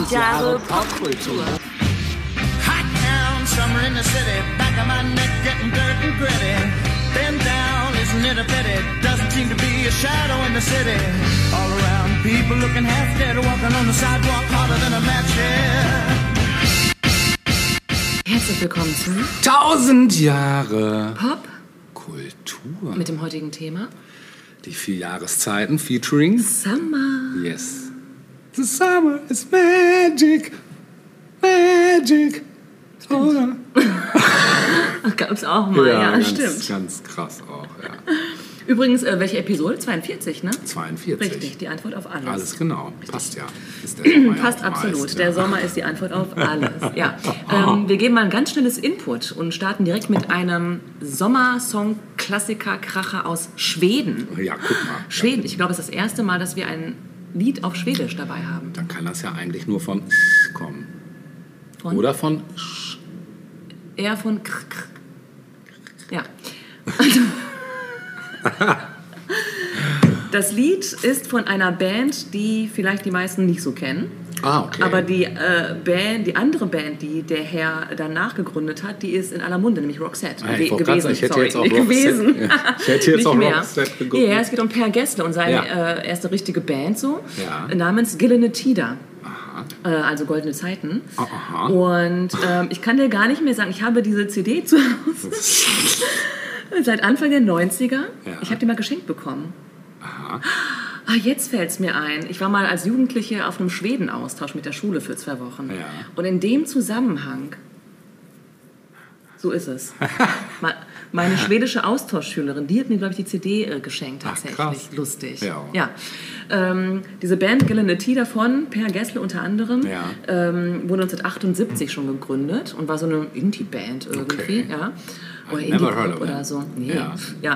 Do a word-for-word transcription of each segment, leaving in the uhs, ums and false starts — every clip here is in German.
Tausend Jahre Popkultur. Hot town, summer in the city, back of my neck getting dirt and gritty. Been down, isn't it a pity? Doesn't seem to be a shadow in the city. All around, people looking half dead, walking on the sidewalk harder than a match here. Herzlich willkommen zu Tausend Jahre Popkultur. Mit dem heutigen Thema die vier Jahreszeiten featuring Summer. Yes. The summer is magic. Magic. Oder? Gab's auch mal, ja, ja ganz, stimmt. Ganz krass auch, ja. Übrigens, äh, welche Episode? zweiundvierzig, ne? zweiundvierzig. Richtig, die Antwort auf alles. Alles genau, passt ja. Ist der Sommer Passt ja absolut, meist, der ja. Sommer ist die Antwort auf alles. Ja. ähm, wir geben mal ein ganz schnelles Input und starten direkt mit einem Sommersong-Klassiker-Kracher aus Schweden. Ja, guck mal. Schweden, ich glaube, es ist das erste Mal, dass wir ein Lied auf Schwedisch dabei haben. Dann kann das ja eigentlich nur von kommen. Von? Oder von Eher von kr, kr. Ja. Das Lied ist von einer Band, die vielleicht die meisten nicht so kennen. Ah, okay. Aber die, äh, Band, die andere Band, die der Herr danach gegründet hat, die ist in aller Munde, nämlich Roxette. Ah, ich Ge- gewesen. Sagen, ich hätte Sorry, jetzt auch nicht Roxette, gewesen. Ja. Ich hätte jetzt Nicht auch mehr. Roxette geguckt. Ja, es geht um Per Gessle und seine Ja. äh, erste richtige Band so, Ja. namens Gyllene Tider. Aha. Äh, also Goldene Zeiten. Aha. Und ähm, ich kann dir gar nicht mehr sagen, ich habe diese C D zu Hause seit Anfang der neunziger. Ja. Ich habe die mal geschenkt bekommen. Aha. Ah, jetzt fällt es mir ein. Ich war mal als Jugendliche auf einem Schweden-Austausch mit der Schule für zwei Wochen. Ja. Und in dem Zusammenhang, so ist es, Ma- meine schwedische Austauschschülerin, die hat mir, glaube ich, die C D äh, geschenkt tatsächlich. Ach, krass. Lustig. Ja. ja. Ähm, diese Band Gyllene Tider von Per Gessle unter anderem Ja. ähm, wurde neunzehnhundertachtundsiebzig schon gegründet und war so eine Indie-Band irgendwie. Okay. Ja. Oder I've never heard Indie-Pop of oder them. so. Nee. Ja. ja.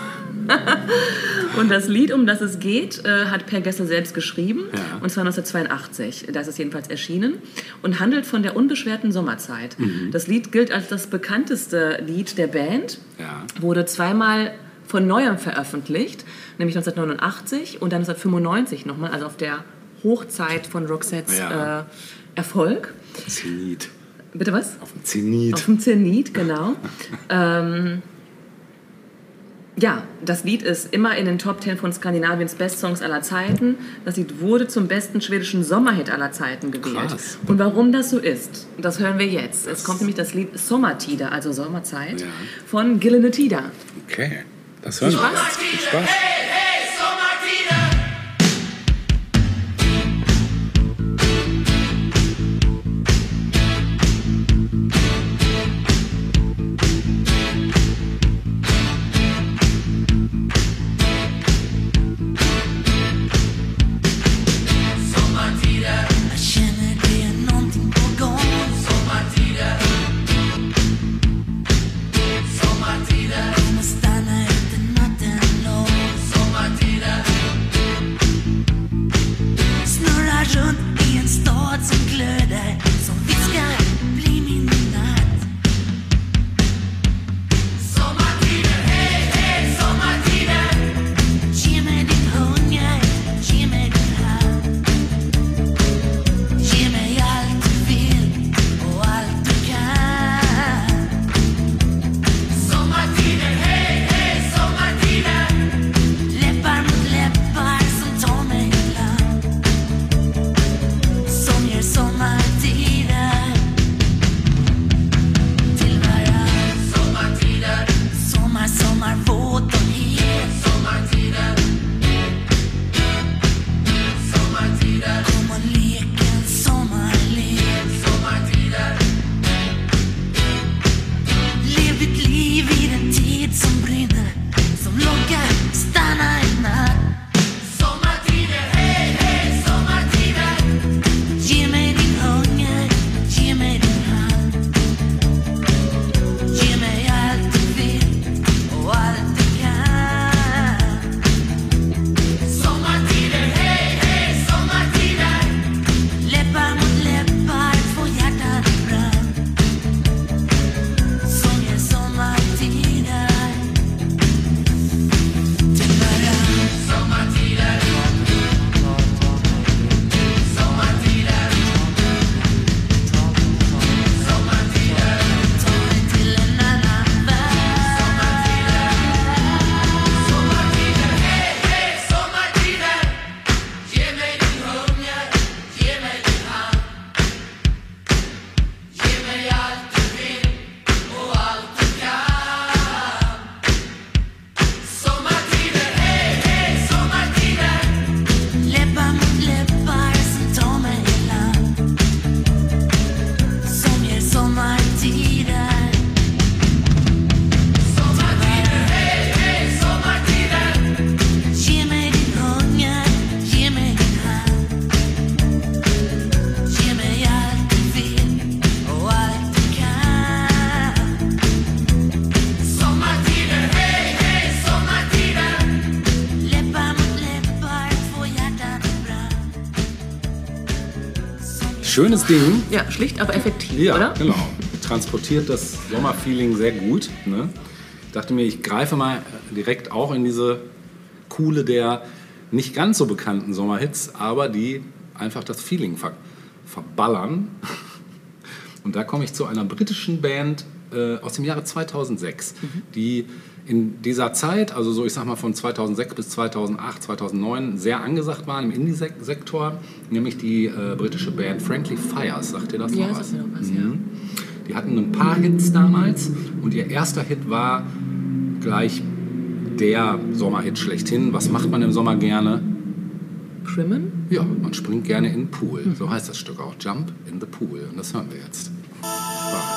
Und das Lied, um das es geht, äh, hat Per Gessle selbst geschrieben, Ja. und zwar neunzehnhundertzweiundachtzig. Da ist es jedenfalls erschienen und handelt von der unbeschwerten Sommerzeit. Mhm. Das Lied gilt als das bekannteste Lied der Band, Ja. wurde zweimal von Neuem veröffentlicht, nämlich neunzehnhundertneunundachtzig und dann neunzehnhundertfünfundneunzig nochmal, also auf der Hochzeit von Roxettes Ja. äh, Erfolg. Zenit. Bitte was? Auf dem Zenit. Auf dem Zenit, genau. ähm, ja, das Lied ist immer in den Top Ten von Skandinaviens Bestsongs aller Zeiten. Das Lied wurde zum besten schwedischen Sommerhit aller Zeiten gewählt. Krass. Und warum das so ist, das hören wir jetzt. Es kommt nämlich das Lied Sommartider, also Sommerzeit, Ja. von Gyllene Tider. Okay, das hören wir Spaß. jetzt. Viel Spaß. Jag känner det är någonting på gång. Kommer stanna ute natten lång. schönes Ding. Ja, schlicht, aber effektiv, Ja, oder? genau. Transportiert das Sommerfeeling sehr gut. Ne? Ich dachte mir, ich greife mal direkt auch in diese Kuhle der nicht ganz so bekannten Sommerhits, aber die einfach das Feeling ver verballern. Und da komme ich zu einer britischen Band äh, aus dem Jahre zweitausendsechs, mhm. die in dieser Zeit, also so ich sag mal von zweitausendsechs bis zweitausendacht, zweitausendneun, sehr angesagt waren im Indie-Sektor, nämlich die äh, britische Band Friendly Fires. Sagt ihr das Ja, noch was? sagt mir noch was, mhm. ja. Die hatten ein paar Hits damals und ihr erster Hit war gleich der Sommerhit schlechthin. Was macht man im Sommer gerne? Schwimmen? Ja, man springt gerne in den Pool. Mhm. So heißt das Stück auch. Jump in the Pool. Und das hören wir jetzt. Wow.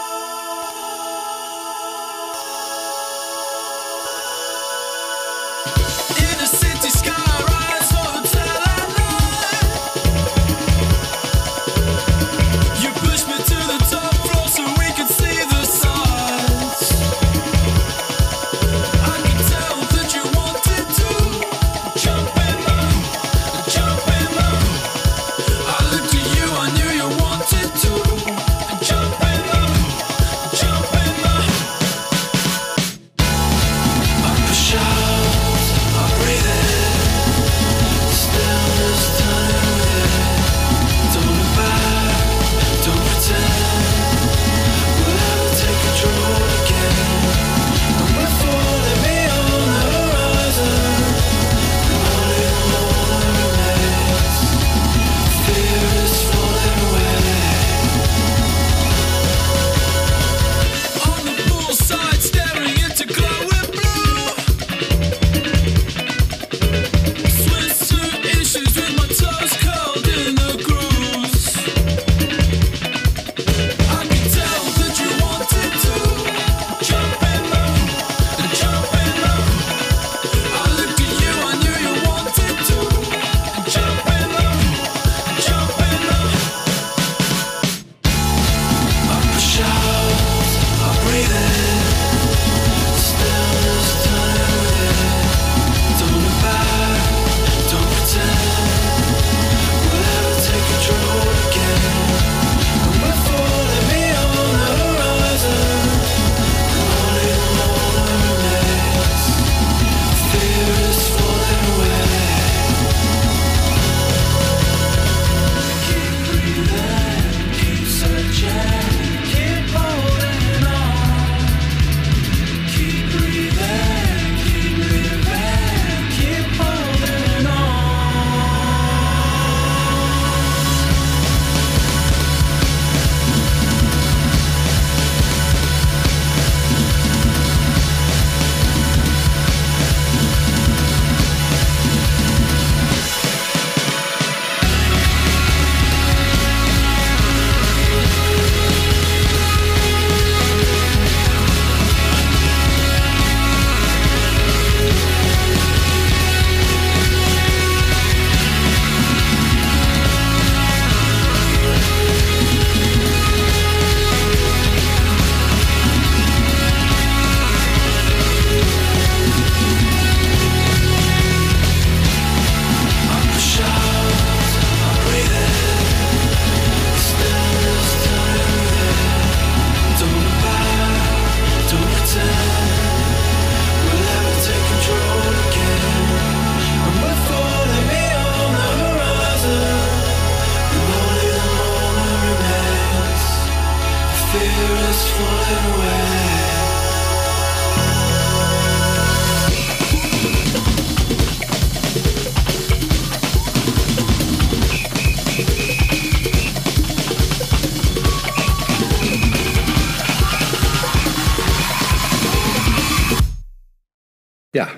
Ja.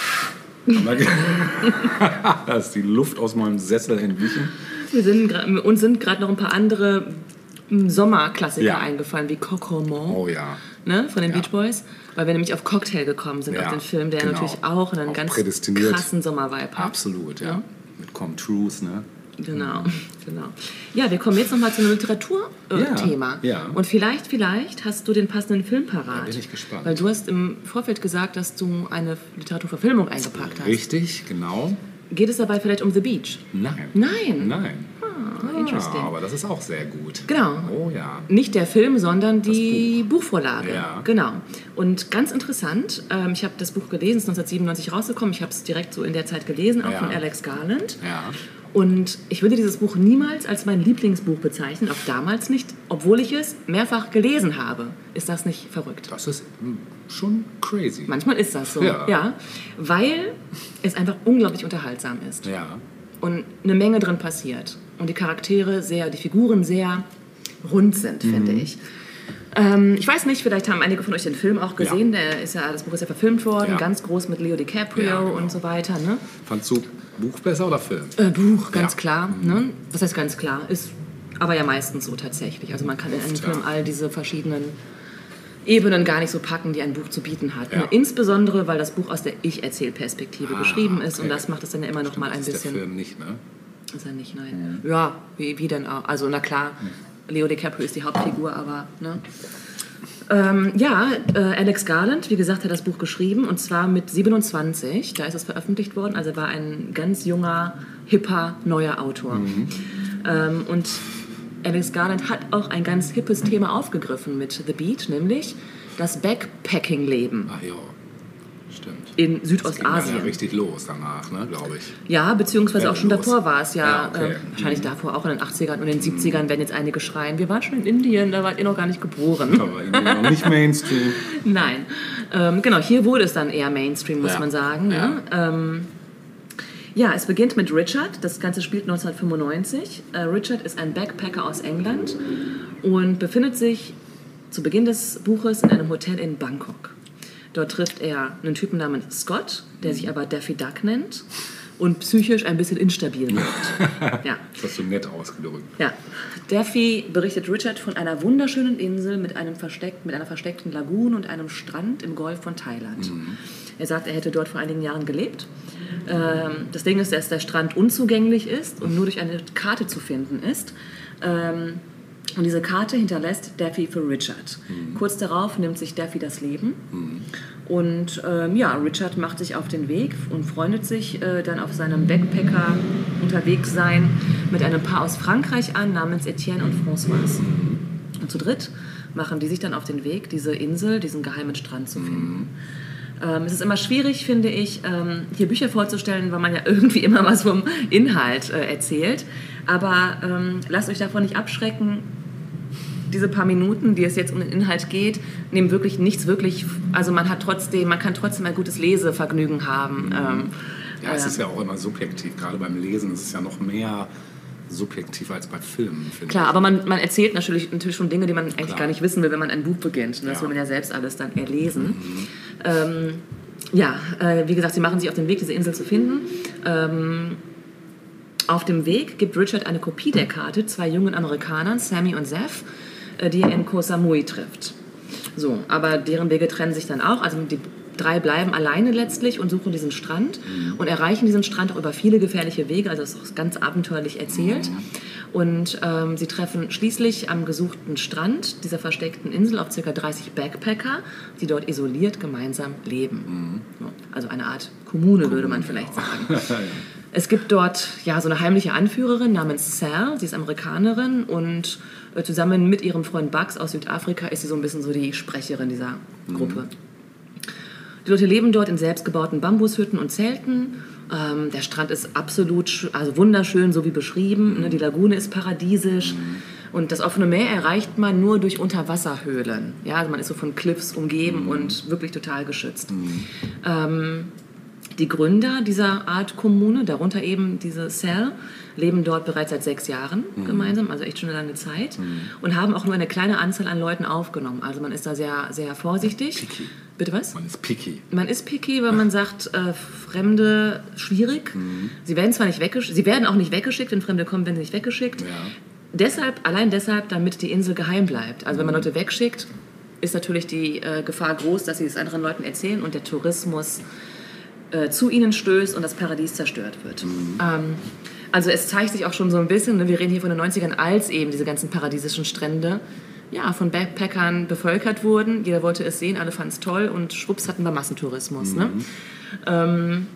Da ist die Luft aus meinem Sessel entwichen. Wir sind uns sind gerade noch ein paar andere Sommerklassiker ja. eingefallen, wie Kokomo, oh, ja. ne, von den ja. Beach Boys, weil wir nämlich auf Cocktail gekommen sind, ja, auf den Film, der genau. natürlich auch einen auch ganz prädestiniert. krassen Sommervibe hat. Absolut, ja. ja. Mit Com Truth, ne? Genau, genau. Ja, wir kommen jetzt nochmal zu einem Literaturthema. Ja, ja. Und vielleicht, vielleicht hast du den passenden Film parat. Da bin ich gespannt. Weil du hast im Vorfeld gesagt, dass du eine Literaturverfilmung eingepackt hast. Richtig, genau. Geht es dabei vielleicht um The Beach? Nein. Nein? Nein. Ah. interesting. aber das ist auch sehr gut. Genau. Oh ja. Nicht der Film, sondern die Buch. Buchvorlage. Ja. Genau. Und ganz interessant, ähm, ich habe das Buch gelesen, es ist neunzehnhundertsiebenundneunzig rausgekommen, ich habe es direkt so in der Zeit gelesen, auch Ja. von Alex Garland. Ja. Und ich würde dieses Buch niemals als mein Lieblingsbuch bezeichnen, auch damals nicht, obwohl ich es mehrfach gelesen habe. Ist das nicht verrückt? Das ist hm, schon crazy. Manchmal ist das so, Ja. ja, weil es einfach unglaublich unterhaltsam ist Ja. und eine Menge drin passiert und die Charaktere sehr, die Figuren sehr rund sind, finde ich. Ähm, ich weiß nicht, vielleicht haben einige von euch den Film auch gesehen, Ja. der ist ja, das Buch ist ja verfilmt worden, Ja. ganz groß mit Leo DiCaprio Ja, genau. und so weiter, ne? Fandst du Buch besser oder Film? Äh, Buch, ganz Ja. klar. Ne? Was heißt ganz klar? Ist aber ja meistens so tatsächlich. Also man kann in einem Oft, Film ja. all diese verschiedenen Ebenen gar nicht so packen, die ein Buch zu bieten hat. Ja. Ne? Insbesondere, weil das Buch aus der Ich-Erzählperspektive Ah, geschrieben ist okay. und das macht es dann ja immer noch mal ein das ist bisschen... der Film nicht, ne? Ist er nicht, nein. Ja, wie, wie denn auch? Also na klar, Leo DiCaprio ist die Hauptfigur, aber... Ne? Ähm, ja, äh, Alex Garland, wie gesagt, hat das Buch geschrieben und zwar mit siebenundzwanzig, da ist es veröffentlicht worden, also er war ein ganz junger, hipper, neuer Autor. Ähm, und Alex Garland hat auch ein ganz hippes Thema aufgegriffen mit The Beat, nämlich das Backpacking-Leben Ach ja, stimmt. in Das ging dann Südostasien. ja richtig los danach, ne, glaube ich. Ja, beziehungsweise auch schon Los. davor war es ja, Ja, okay. ähm, wahrscheinlich davor auch in den achtzigern und in den siebzigern werden jetzt einige schreien, wir waren schon in Indien, da wart ihr noch gar nicht geboren. Aber irgendwie noch nicht Mainstream. Nein, ähm, genau, hier wurde es dann eher Mainstream, muss Ja. man sagen. Ja. Ne? Ähm, ja, es beginnt mit Richard, das Ganze spielt neunzehnhundertfünfundneunzig. Äh, Richard ist ein Backpacker aus England und befindet sich zu Beginn des Buches in einem Hotel in Bangkok. Dort trifft er einen Typen namens Scott, der sich aber Daffy Duck nennt und psychisch ein bisschen instabil wirkt. Ja. Das hast du nett ausgedrückt. Ja, Daffy berichtet Richard von einer wunderschönen Insel mit, einem versteckt, mit einer versteckten Lagune und einem Strand im Golf von Thailand. Er sagt, er hätte dort vor einigen Jahren gelebt. Ähm, das Ding ist, dass der Strand unzugänglich ist und nur durch eine Karte zu finden ist. Ähm, und diese Karte hinterlässt Daffy für Richard. Kurz darauf nimmt sich Daffy das Leben. Und ähm, ja, Richard macht sich auf den Weg und freundet sich äh, dann auf seinem Backpacker unterwegs sein mit einem Paar aus Frankreich an, namens Etienne und Françoise. Und zu dritt machen die sich dann auf den Weg, diese Insel, diesen geheimen Strand zu finden. Ähm, es ist immer schwierig, finde ich, ähm, hier Bücher vorzustellen, weil man ja irgendwie immer was vom Inhalt äh, erzählt. Aber ähm, lasst euch davon nicht abschrecken. Diese paar Minuten, die es jetzt um den Inhalt geht, nehmen wirklich nichts wirklich, also man hat trotzdem, man kann trotzdem ein gutes Lesevergnügen haben. Ähm, Ja, es äh, ist ja auch immer subjektiv. Gerade beim Lesen ist es ja noch mehr subjektiv als bei Filmen, finde Klar, aber man, man erzählt natürlich, natürlich schon Dinge, die man eigentlich Klar. gar nicht wissen will, wenn man ein Buch beginnt. Und das Ja. will man ja selbst alles dann erlesen. Ähm, ja, äh, wie gesagt, sie machen sich auf den Weg, diese Insel zu finden. Ähm, auf dem Weg gibt Richard eine Kopie der Karte zwei jungen Amerikanern, Sammy und Zeph, äh, die er in Koh Samui trifft. So, aber deren Wege trennen sich dann auch. Also die drei bleiben alleine letztlich und suchen diesen Strand und erreichen diesen Strand auch über viele gefährliche Wege. Also das ist auch ganz abenteuerlich erzählt. Und ähm, sie treffen schließlich am gesuchten Strand dieser versteckten Insel auf ca. dreißig Backpacker, die dort isoliert gemeinsam leben. So, also eine Art Kommune, würde man vielleicht sagen. Es gibt dort ja so eine heimliche Anführerin namens Sal, sie ist Amerikanerin und äh, zusammen mit ihrem Freund Bugs aus Südafrika ist sie so ein bisschen so die Sprecherin dieser Gruppe. Die Leute leben dort in selbstgebauten Bambushütten und Zelten. Ähm, der Strand ist absolut, sch- also wunderschön, so wie beschrieben. Ne? Die Lagune ist paradiesisch. Und das offene Meer erreicht man nur durch Unterwasserhöhlen. Ja, also man ist so von Cliffs umgeben und wirklich total geschützt. Ähm, die Gründer dieser Art Kommune, darunter eben diese Cell, leben dort bereits seit sechs Jahren gemeinsam, also echt schon eine lange Zeit, und haben auch nur eine kleine Anzahl an Leuten aufgenommen. Also man ist da sehr, sehr vorsichtig. Picky. Bitte was? Man ist picky. Man ist picky, weil man sagt, äh, Fremde schwierig. Sie werden zwar nicht weggeschickt, sie werden auch nicht weggeschickt, wenn Fremde kommen, werden sie nicht weggeschickt. Ja. Deshalb, allein deshalb, damit die Insel geheim bleibt. Also wenn man Leute wegschickt, ist natürlich die äh, Gefahr groß, dass sie es anderen Leuten erzählen und der Tourismus äh, zu ihnen stößt und das Paradies zerstört wird. Ähm, also es zeigt sich auch schon so ein bisschen, ne, wir reden hier von den neunzigern, als eben diese ganzen paradiesischen Strände ja, von Backpackern bevölkert wurden. Jeder wollte es sehen, alle fanden es toll und schwupps hatten wir Massentourismus. Ne? Ähm,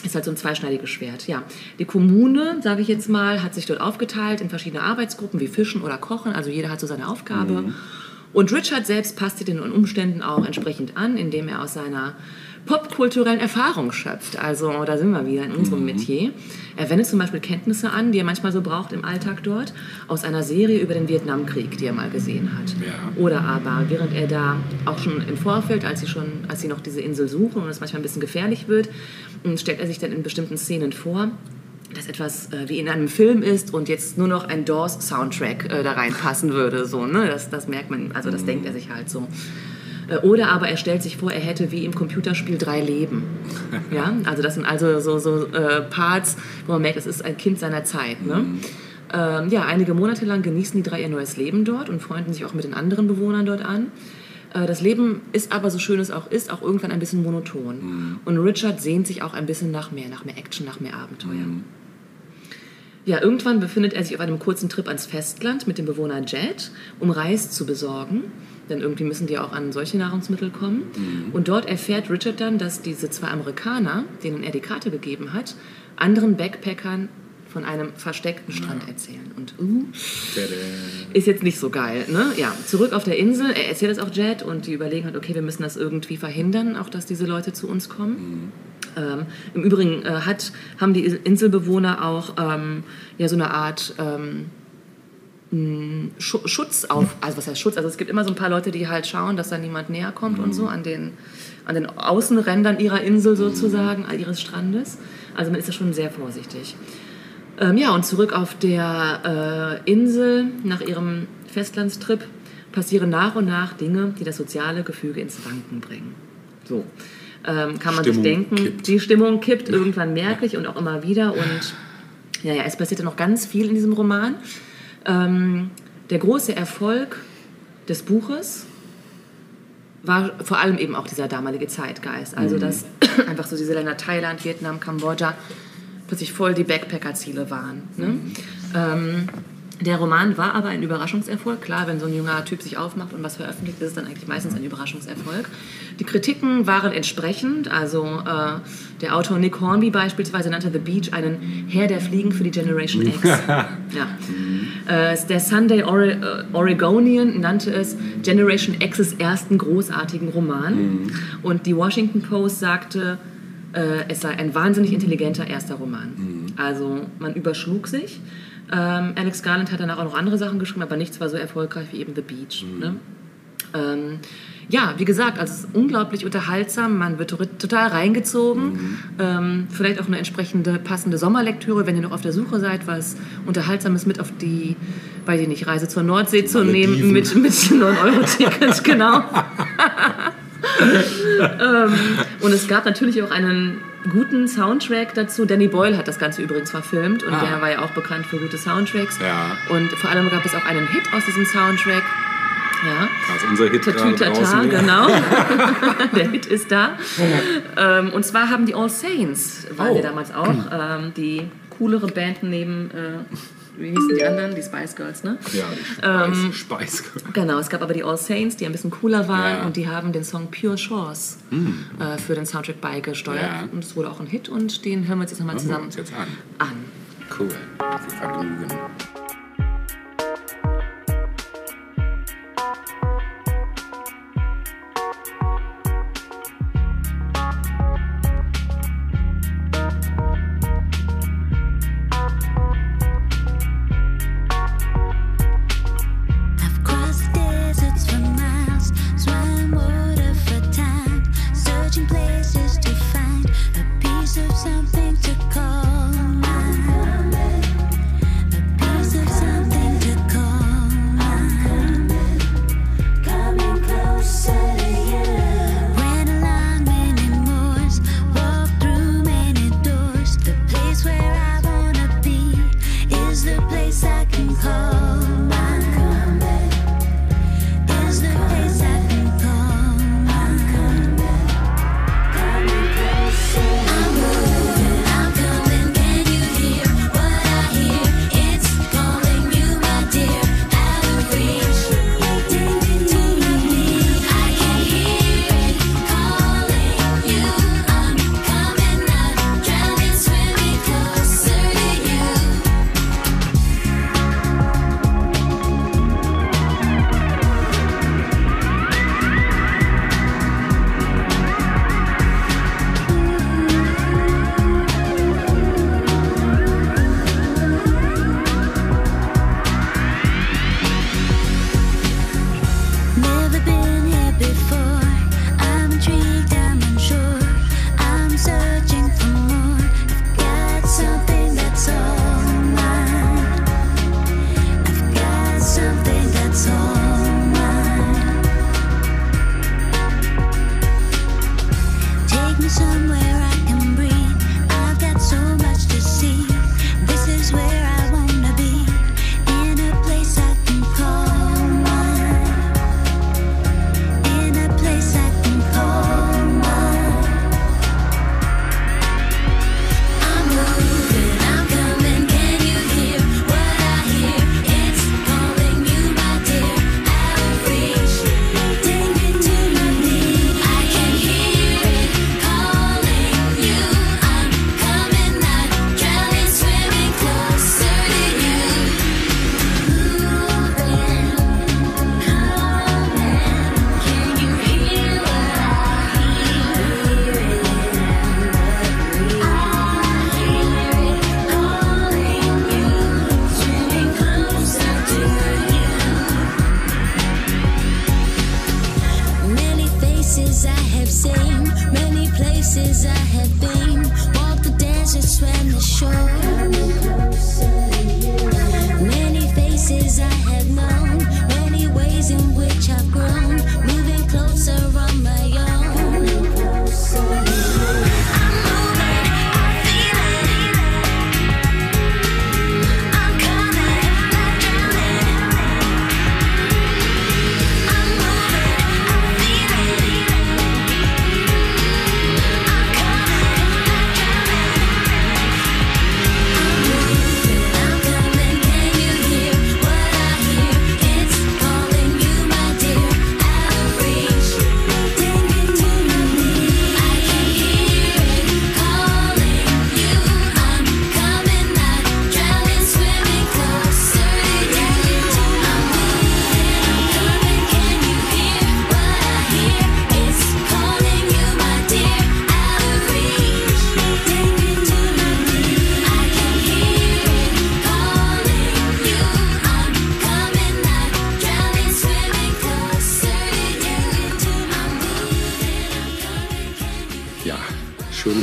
Ist halt so ein zweischneidiges Schwert. Ja, die Kommune, sage ich jetzt mal, hat sich dort aufgeteilt in verschiedene Arbeitsgruppen wie Fischen oder Kochen. Also jeder hat so seine Aufgabe. Mhm. Und Richard selbst passt sich den Umständen auch entsprechend an, indem er aus seiner popkulturellen Erfahrung schöpft. Also da sind wir wieder in unserem mhm. Metier. Er wendet zum Beispiel Kenntnisse an, die er manchmal so braucht im Alltag dort, aus einer Serie über den Vietnamkrieg, die er mal gesehen hat. Ja. Oder aber, während er da auch schon im Vorfeld, als sie, schon, als sie noch diese Insel suchen und es manchmal ein bisschen gefährlich wird, stellt er sich dann in bestimmten Szenen vor, dass etwas äh, wie in einem Film ist und jetzt nur noch ein Doors-Soundtrack äh, da reinpassen würde. So, ne? das, das merkt man, also das mhm. denkt er sich halt so. Oder aber er stellt sich vor, er hätte wie im Computerspiel drei Leben. Ja? Also das sind also so, so äh, Parts, wo man merkt, es ist ein Kind seiner Zeit. Ne? Mhm. Ähm, ja, einige Monate lang genießen die drei ihr neues Leben dort und freunden sich auch mit den anderen Bewohnern dort an. Äh, das Leben ist aber, so schön es auch ist, auch irgendwann ein bisschen monoton. Mhm. Und Richard sehnt sich auch ein bisschen nach mehr, nach mehr Action, nach mehr Abenteuer. Mhm. Ja, irgendwann befindet er sich auf einem kurzen Trip ans Festland mit dem Bewohner Jet, um Reis zu besorgen. Denn irgendwie müssen die auch an solche Nahrungsmittel kommen. Mhm. Und dort erfährt Richard dann, dass diese zwei Amerikaner, denen er die Karte gegeben hat, anderen Backpackern von einem versteckten Strand erzählen. Und uh, ist jetzt nicht so geil. Ne? Ja, zurück auf der Insel, er erzählt es auch Jet und die überlegen halt, okay, wir müssen das irgendwie verhindern, auch dass diese Leute zu uns kommen. Mhm. Ähm, Im Übrigen äh, hat, haben die Inselbewohner auch ähm, ja, so eine Art ähm, Schutz auf, also was heißt Schutz, also es gibt immer so ein paar Leute, die halt schauen, dass da niemand näher kommt mhm. und so an den, an den Außenrändern ihrer Insel sozusagen, mhm. ihres Strandes. Also man ist da schon sehr vorsichtig. Ähm, ja, und zurück auf der äh, Insel nach ihrem Festlandstrip passieren nach und nach Dinge, die das soziale Gefüge ins Wanken bringen. So ähm, kann man Stimmung sich denken, kippt. Die Stimmung kippt irgendwann merklich und auch immer wieder und ja, ja, es passiert ja noch ganz viel in diesem Roman. Ähm, der große Erfolg des Buches war vor allem eben auch dieser damalige Zeitgeist. Also, dass einfach so diese Länder Thailand, Vietnam, Kambodscha plötzlich voll die Backpacker-Ziele waren. Ne? Mhm. Ähm, der Roman war aber ein Überraschungserfolg. Klar, wenn so ein junger Typ sich aufmacht und was veröffentlicht, ist es dann eigentlich meistens ein Überraschungserfolg. Die Kritiken waren entsprechend. Also äh, der Autor Nick Hornby beispielsweise nannte The Beach einen Herr der Fliegen für die Generation X. Ja. Äh, der Sunday Ore- äh, Oregonian nannte es Generation X's ersten großartigen Roman. Mhm. Und die Washington Post sagte, äh, es sei ein wahnsinnig intelligenter erster Roman. Mhm. Also man überschlug sich. Ähm, Alex Garland hat danach auch noch andere Sachen geschrieben, aber nichts war so erfolgreich wie eben The Beach. Mhm. Ne? Ähm, ja, wie gesagt, also es ist unglaublich unterhaltsam, man wird total reingezogen. Mhm. Ähm, vielleicht auch eine entsprechende passende Sommerlektüre, wenn ihr noch auf der Suche seid, was Unterhaltsames mit auf die, weiß ich nicht, Reise zur Nordsee die zu nehmen mit, mit neun Euro Tickets, genau. ähm, und es gab natürlich auch einen guten Soundtrack dazu. Danny Boyle hat das Ganze übrigens verfilmt und ah. der war ja auch bekannt für gute Soundtracks. Ja. Und vor allem gab es auch einen Hit aus diesem Soundtrack. Ja. Also unser Hit Tatütata, genau. Der Hit ist da. ähm, und zwar haben die All Saints, waren oh. ja damals auch, ähm, die coolere Band neben... Äh, wie hießen die anderen? Die Spice Girls, ne? Ja, die Spice, ähm, Spice Girls. Genau, es gab aber die All Saints, die ein bisschen cooler waren ja. und die haben den Song Pure Shores mm. äh, für den Soundtrack beigesteuert. Ja. Und es wurde auch ein Hit und den hören wir uns jetzt nochmal zusammen uns jetzt an. an. Cool, viel Vergnügen. Something to call mine. A piece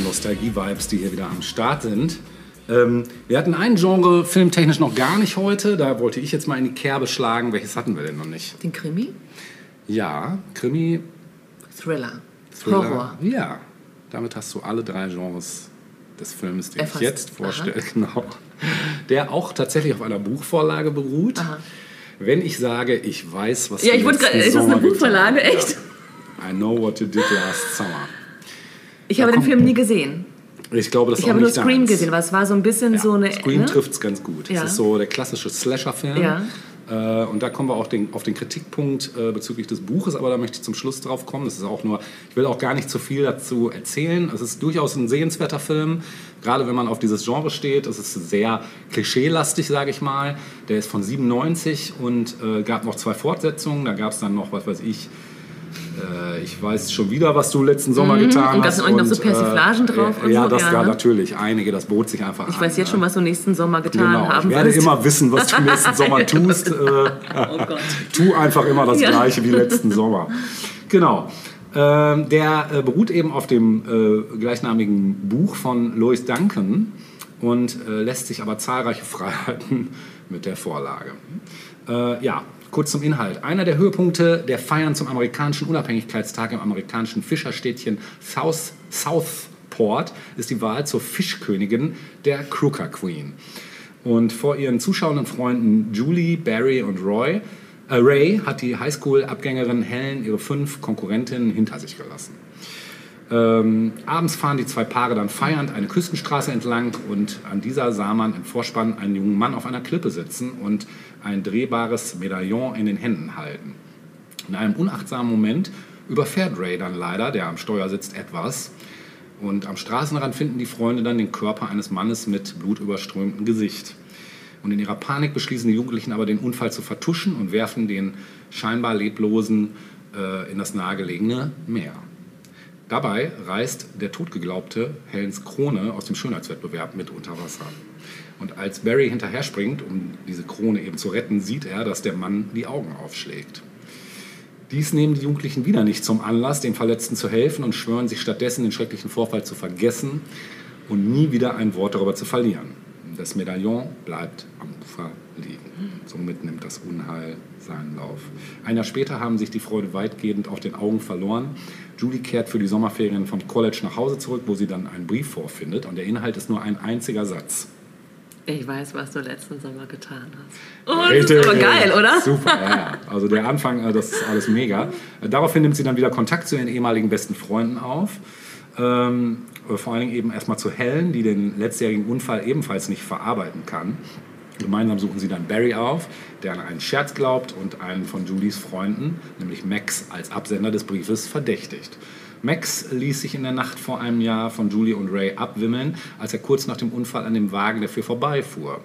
Nostalgie-Vibes, die hier wieder am Start sind. Ähm, wir hatten ein Genre filmtechnisch noch gar nicht heute. Da wollte ich jetzt mal in die Kerbe schlagen. Welches hatten wir denn noch nicht? Den Krimi? Ja, Krimi, Thriller. Thriller. Horror. Ja, damit hast du alle drei Genres des Films, den Erfasst. ich jetzt vorstelle. Genau. Der auch tatsächlich auf einer Buchvorlage beruht. Aha. Wenn ich sage, ich weiß, was Ja, du ich wollte letzten gerade, ist das Sommer eine Buchvorlage? getan hast. Echt? I know what you did last summer. Ich Da habe den kommt- Film nie gesehen. Ich glaube, das ist Ich auch habe nur nicht Scream deins. gesehen, aber es war so ein bisschen Ja, so eine... Scream ne? trifft es ganz gut. Ja. Es ist so der klassische Slasher-Film. Ja. Äh, und da kommen wir auch den, auf den Kritikpunkt äh, bezüglich des Buches, aber da möchte ich zum Schluss drauf kommen. Das ist auch nur, ich will auch gar nicht zu viel dazu erzählen. Es ist durchaus ein sehenswerter Film, gerade wenn man auf dieses Genre steht. Es ist sehr klischeelastig, sage ich mal. Der ist von siebenundneunzig und äh, gab noch zwei Fortsetzungen. Da gab es dann noch, was weiß ich, äh, ich weiß schon wieder, was du letzten Sommer getan und hast. gab's noch so Persiflagen drauf äh, und ja, so? das Ja, ja, ne? natürlich. Einige, das bot sich einfach an. Ich weiß jetzt ne? schon, was du nächsten Sommer getan Genau, haben ich werde wirst. immer wissen, was du nächsten Sommer tust. Äh, Oh Gott. tu einfach immer das Ja. Gleiche wie letzten Sommer. Genau. Ähm, der äh, beruht eben auf dem äh, gleichnamigen Buch von Lois Duncan und äh, lässt sich aber zahlreiche Freiheiten mit der Vorlage. Äh, ja, kurz zum Inhalt. Einer der Höhepunkte der Feiern zum amerikanischen Unabhängigkeitstag im amerikanischen Fischerstädtchen South, Southport ist die Wahl zur Fischkönigin der Crooker Queen. Und vor ihren zuschauenden Freunden Julie, Barry und Roy, äh, Ray hat die Highschool-Abgängerin Helen ihre fünf Konkurrentinnen hinter sich gelassen. Ähm, abends fahren die zwei Paare dann feiernd eine Küstenstraße entlang und an dieser sah man im Vorspann einen jungen Mann auf einer Klippe sitzen und ein drehbares Medaillon in den Händen halten. In einem unachtsamen Moment überfährt Ray dann leider, der am Steuer sitzt, etwas. Und am Straßenrand finden die Freunde dann den Körper eines Mannes mit blutüberströmtem Gesicht. Und in ihrer Panik beschließen die Jugendlichen aber, den Unfall zu vertuschen und werfen den scheinbar Leblosen äh, in das nahegelegene Meer. Dabei reißt der totgeglaubte Helens Krone aus dem Schönheitswettbewerb mit unter Wasser. Und als Barry hinterher springt, um diese Krone eben zu retten, sieht er, dass der Mann die Augen aufschlägt. Dies nehmen die Jugendlichen wieder nicht zum Anlass, dem Verletzten zu helfen und schwören sich stattdessen, den schrecklichen Vorfall zu vergessen und nie wieder ein Wort darüber zu verlieren. Das Medaillon bleibt am Ufer liegen. Somit nimmt das Unheil seinen Lauf. Ein Jahr später haben sich die Freude weitgehend aus den Augen verloren. Julie kehrt für die Sommerferien vom College nach Hause zurück, wo sie dann einen Brief vorfindet. Und der Inhalt ist nur ein einziger Satz. Ich weiß, was du letzten Sommer getan hast. Oh, das ist aber geil, oder? Super, ja. Also der Anfang, äh, das ist alles mega. Äh, Daraufhin nimmt sie dann wieder Kontakt zu ihren ehemaligen besten Freunden auf. Ähm, vor allen Dingen eben erstmal zu Helen, die den letztjährigen Unfall ebenfalls nicht verarbeiten kann. Gemeinsam suchen sie dann Barry auf, der an einen Scherz glaubt und einen von Julies Freunden, nämlich Max, als Absender des Briefes verdächtigt. Max ließ sich in der Nacht vor einem Jahr von Julie und Ray abwimmeln, als er kurz nach dem Unfall an dem Wagen dafür vorbeifuhr.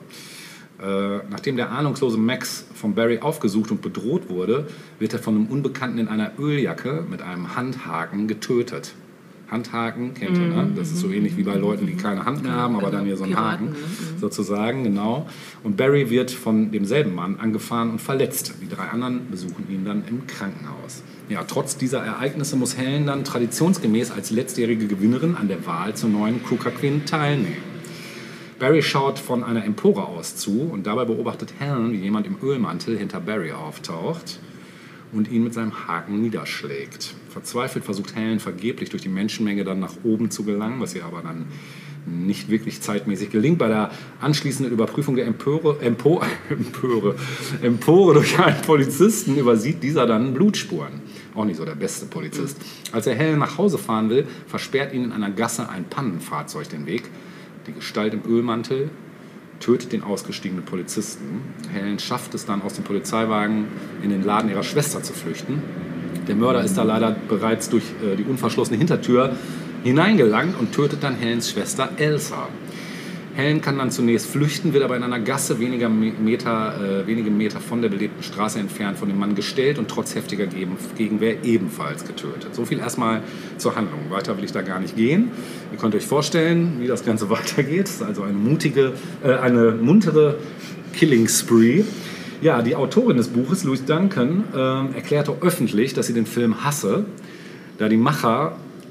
Äh, nachdem der ahnungslose Max von Barry aufgesucht und bedroht wurde, wird er von einem Unbekannten in einer Öljacke mit einem Handhaken getötet. Handhaken, kennt ihr, ne? Das ist so ähnlich wie bei Leuten, die keine Hand mehr haben, aber dann hier so einen Piraten, Haken, ne? sozusagen, genau. Und Barry wird von demselben Mann angefahren und verletzt. Die drei anderen besuchen ihn dann im Krankenhaus. Ja, trotz dieser Ereignisse muss Helen dann traditionsgemäß als letztjährige Gewinnerin an der Wahl zur neuen Crooker Queen teilnehmen. Barry schaut von einer Empore aus zu und dabei beobachtet Helen, wie jemand im Ölmantel hinter Barry auftaucht und ihn mit seinem Haken niederschlägt. Verzweifelt versucht Helen vergeblich durch die Menschenmenge dann nach oben zu gelangen, was ihr aber dann nicht wirklich zeitmäßig gelingt. Bei der anschließenden Überprüfung der Empore, Empo, Empore, Empore durch einen Polizisten übersieht dieser dann Blutspuren. Auch nicht so der beste Polizist. Als er Helen nach Hause fahren will, versperrt ihn in einer Gasse ein Pannenfahrzeug den Weg. Die Gestalt im Ölmantel tötet den ausgestiegenen Polizisten. Helen schafft es dann, aus dem Polizeiwagen in den Laden ihrer Schwester zu flüchten. Der Mörder ist da leider bereits durch äh, die unverschlossene Hintertür hineingelangt und tötet dann Helens Schwester Elsa. Helen kann dann zunächst flüchten, wird aber in einer Gasse weniger Meter, äh, wenige Meter von der belebten Straße entfernt von dem Mann gestellt und trotz heftiger Gegenwehr ebenfalls getötet. So viel erstmal zur Handlung. Weiter will ich da gar nicht gehen. Ihr könnt euch vorstellen, wie das Ganze weitergeht. Es ist also eine mutige, äh, eine muntere Killing Spree. Ja, die Autorin des Buches, Lois Duncan, äh, erklärte öffentlich, dass sie den Film hasse, da die Macher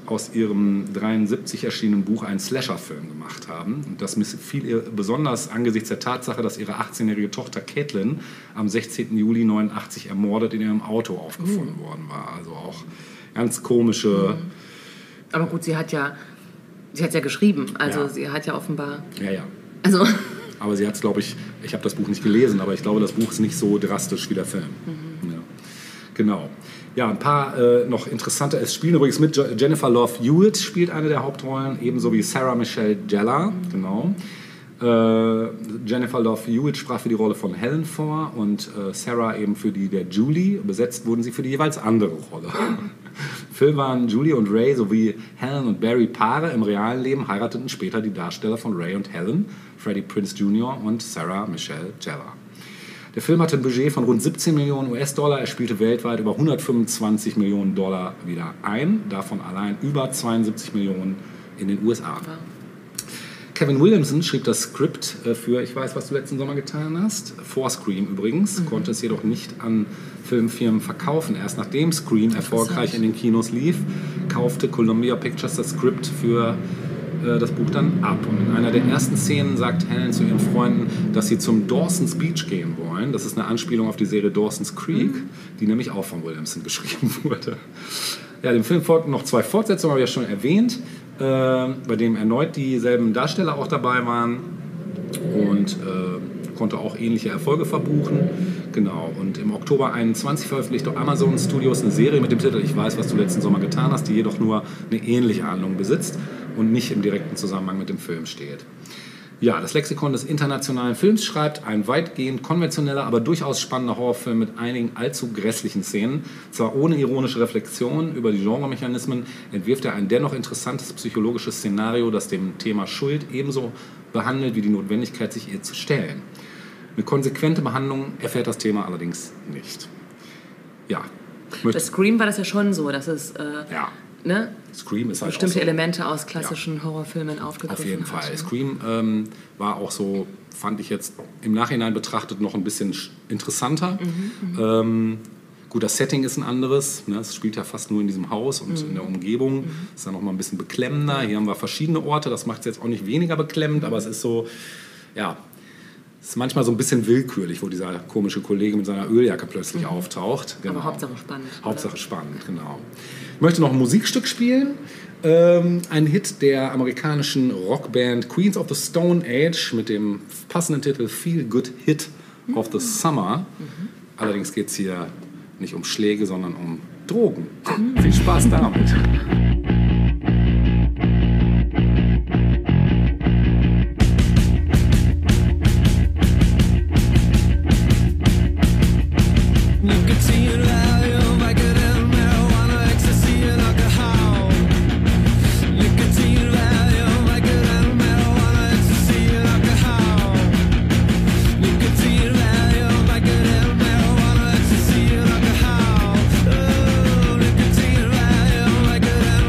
aus ihrem dreiundsiebzig erschienenen Buch einen Slasher-Film gemacht haben. Und das missfiel ihr besonders angesichts der Tatsache, dass ihre achtzehnjährige Tochter Caitlin am sechzehnten Juli neunundachtzig ermordet in ihrem Auto aufgefunden mhm. worden war. Also auch ganz komische... Mhm. Aber gut, sie hat ja, sie hat ja geschrieben. Also Ja. sie hat ja offenbar... Ja, ja. Also... Aber sie hat es, glaube ich, ich habe das Buch nicht gelesen, aber ich glaube, das Buch ist nicht so drastisch wie der Film. Mhm. Ja. Genau. Ja, ein paar äh, noch interessante. Es spielen übrigens mit Jo- Jennifer Love Hewitt spielt eine der Hauptrollen, ebenso wie Sarah Michelle Gellar. Mhm. Genau. Äh, Jennifer Love Hewitt sprach für die Rolle von Helen vor und äh, Sarah eben für die der Julie. Besetzt wurden sie für die jeweils andere Rolle. Film waren Julie und Ray sowie Helen und Barry Paare. Im realen Leben heirateten später die Darsteller von Ray und Helen, Freddie Prinze Junior und Sarah Michelle Gellar. Der Film hatte ein Budget von rund siebzehn Millionen U S-Dollar. Er spielte weltweit über hundertfünfundzwanzig Millionen Dollar wieder ein, davon allein über zweiundsiebzig Millionen in den U S A. Kevin Williamson schrieb das Skript für Ich weiß, was du letzten Sommer getan hast, vor Scream übrigens, mhm. konnte es jedoch nicht an Filmfirmen verkaufen. Erst nachdem Scream erfolgreich in den Kinos lief, kaufte Columbia Pictures das Skript für äh, das Buch dann ab. Und in einer der ersten Szenen sagt Helen zu ihren Freunden, dass sie zum Dawson's Beach gehen wollen. Das ist eine Anspielung auf die Serie Dawson's Creek, mhm. die nämlich auch von Williamson geschrieben wurde. Ja, dem Film folgten noch zwei Fortsetzungen, habe ich ja schon erwähnt, äh, bei denen erneut dieselben Darsteller auch dabei waren und äh, konnte auch ähnliche Erfolge verbuchen. Genau, und im Oktober einundzwanzig veröffentlichte Amazon Studios eine Serie mit dem Titel Ich weiß, was du letzten Sommer getan hast, die jedoch nur eine ähnliche Handlung besitzt und nicht im direkten Zusammenhang mit dem Film steht. Ja, das Lexikon des internationalen Films schreibt, ein weitgehend konventioneller, aber durchaus spannender Horrorfilm mit einigen allzu grässlichen Szenen. Zwar ohne ironische Reflexion über die Genremechanismen, entwirft er ein dennoch interessantes psychologisches Szenario, das dem Thema Schuld ebenso behandelt wie die Notwendigkeit, sich ihr zu stellen. Eine konsequente Behandlung erfährt das Thema allerdings nicht. Ja. Bei Scream war das ja schon so, dass es... Äh, ja. Ne? Scream ist halt bestimmte auch so, Elemente aus klassischen ja. Horrorfilmen aufgegriffen Auf jeden hat. Fall. Scream ähm, war auch so, fand ich jetzt im Nachhinein betrachtet, noch ein bisschen interessanter. Mhm, ähm, gut, das Setting ist ein anderes. Ne? Es spielt ja fast nur in diesem Haus und mhm. in der Umgebung. Mhm. Ist dann noch mal ein bisschen beklemmender. Hier haben wir verschiedene Orte. Das macht es jetzt auch nicht weniger beklemmend, aber es ist so, ja... Es ist manchmal so ein bisschen willkürlich, wo dieser komische Kollege mit seiner Öljacke plötzlich mhm. auftaucht. Genau. Aber Hauptsache spannend. Hauptsache oder? spannend, genau. Ich möchte noch ein Musikstück spielen. Ähm, ein Hit der amerikanischen Rockband Queens of the Stone Age mit dem passenden Titel Feel Good Hit mhm. of the Summer. Mhm. Allerdings geht es hier nicht um Schläge, sondern um Drogen. Mhm. Viel Spaß damit. Like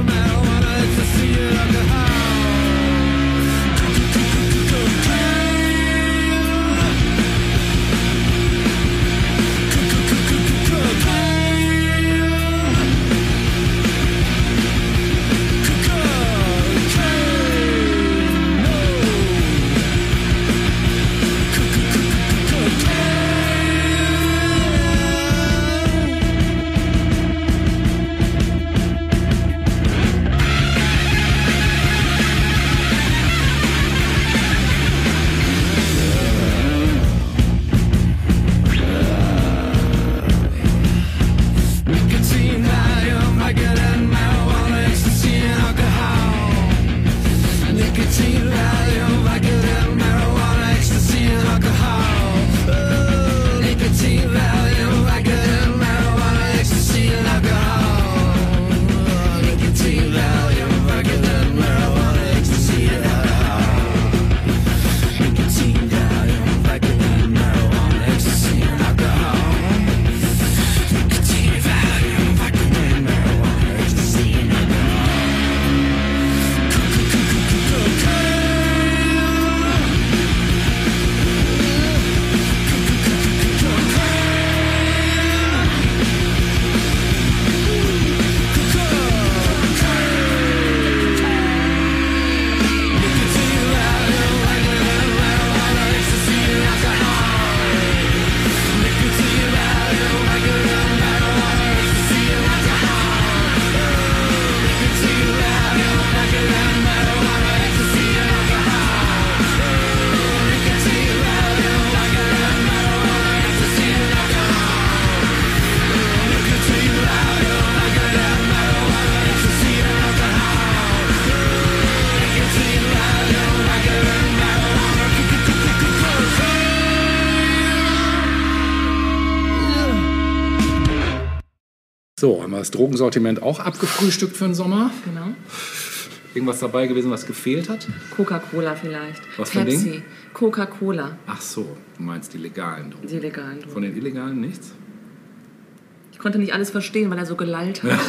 So, haben wir das Drogensortiment auch abgefrühstückt für den Sommer? Genau. Irgendwas dabei gewesen, was gefehlt hat? Coca-Cola vielleicht. Was für ein Pepsi. Ding? Coca-Cola. Ach so, du meinst die legalen Drogen. Die legalen Drogen. Von den illegalen nichts? Ich konnte nicht alles verstehen, weil er so gelallt hat.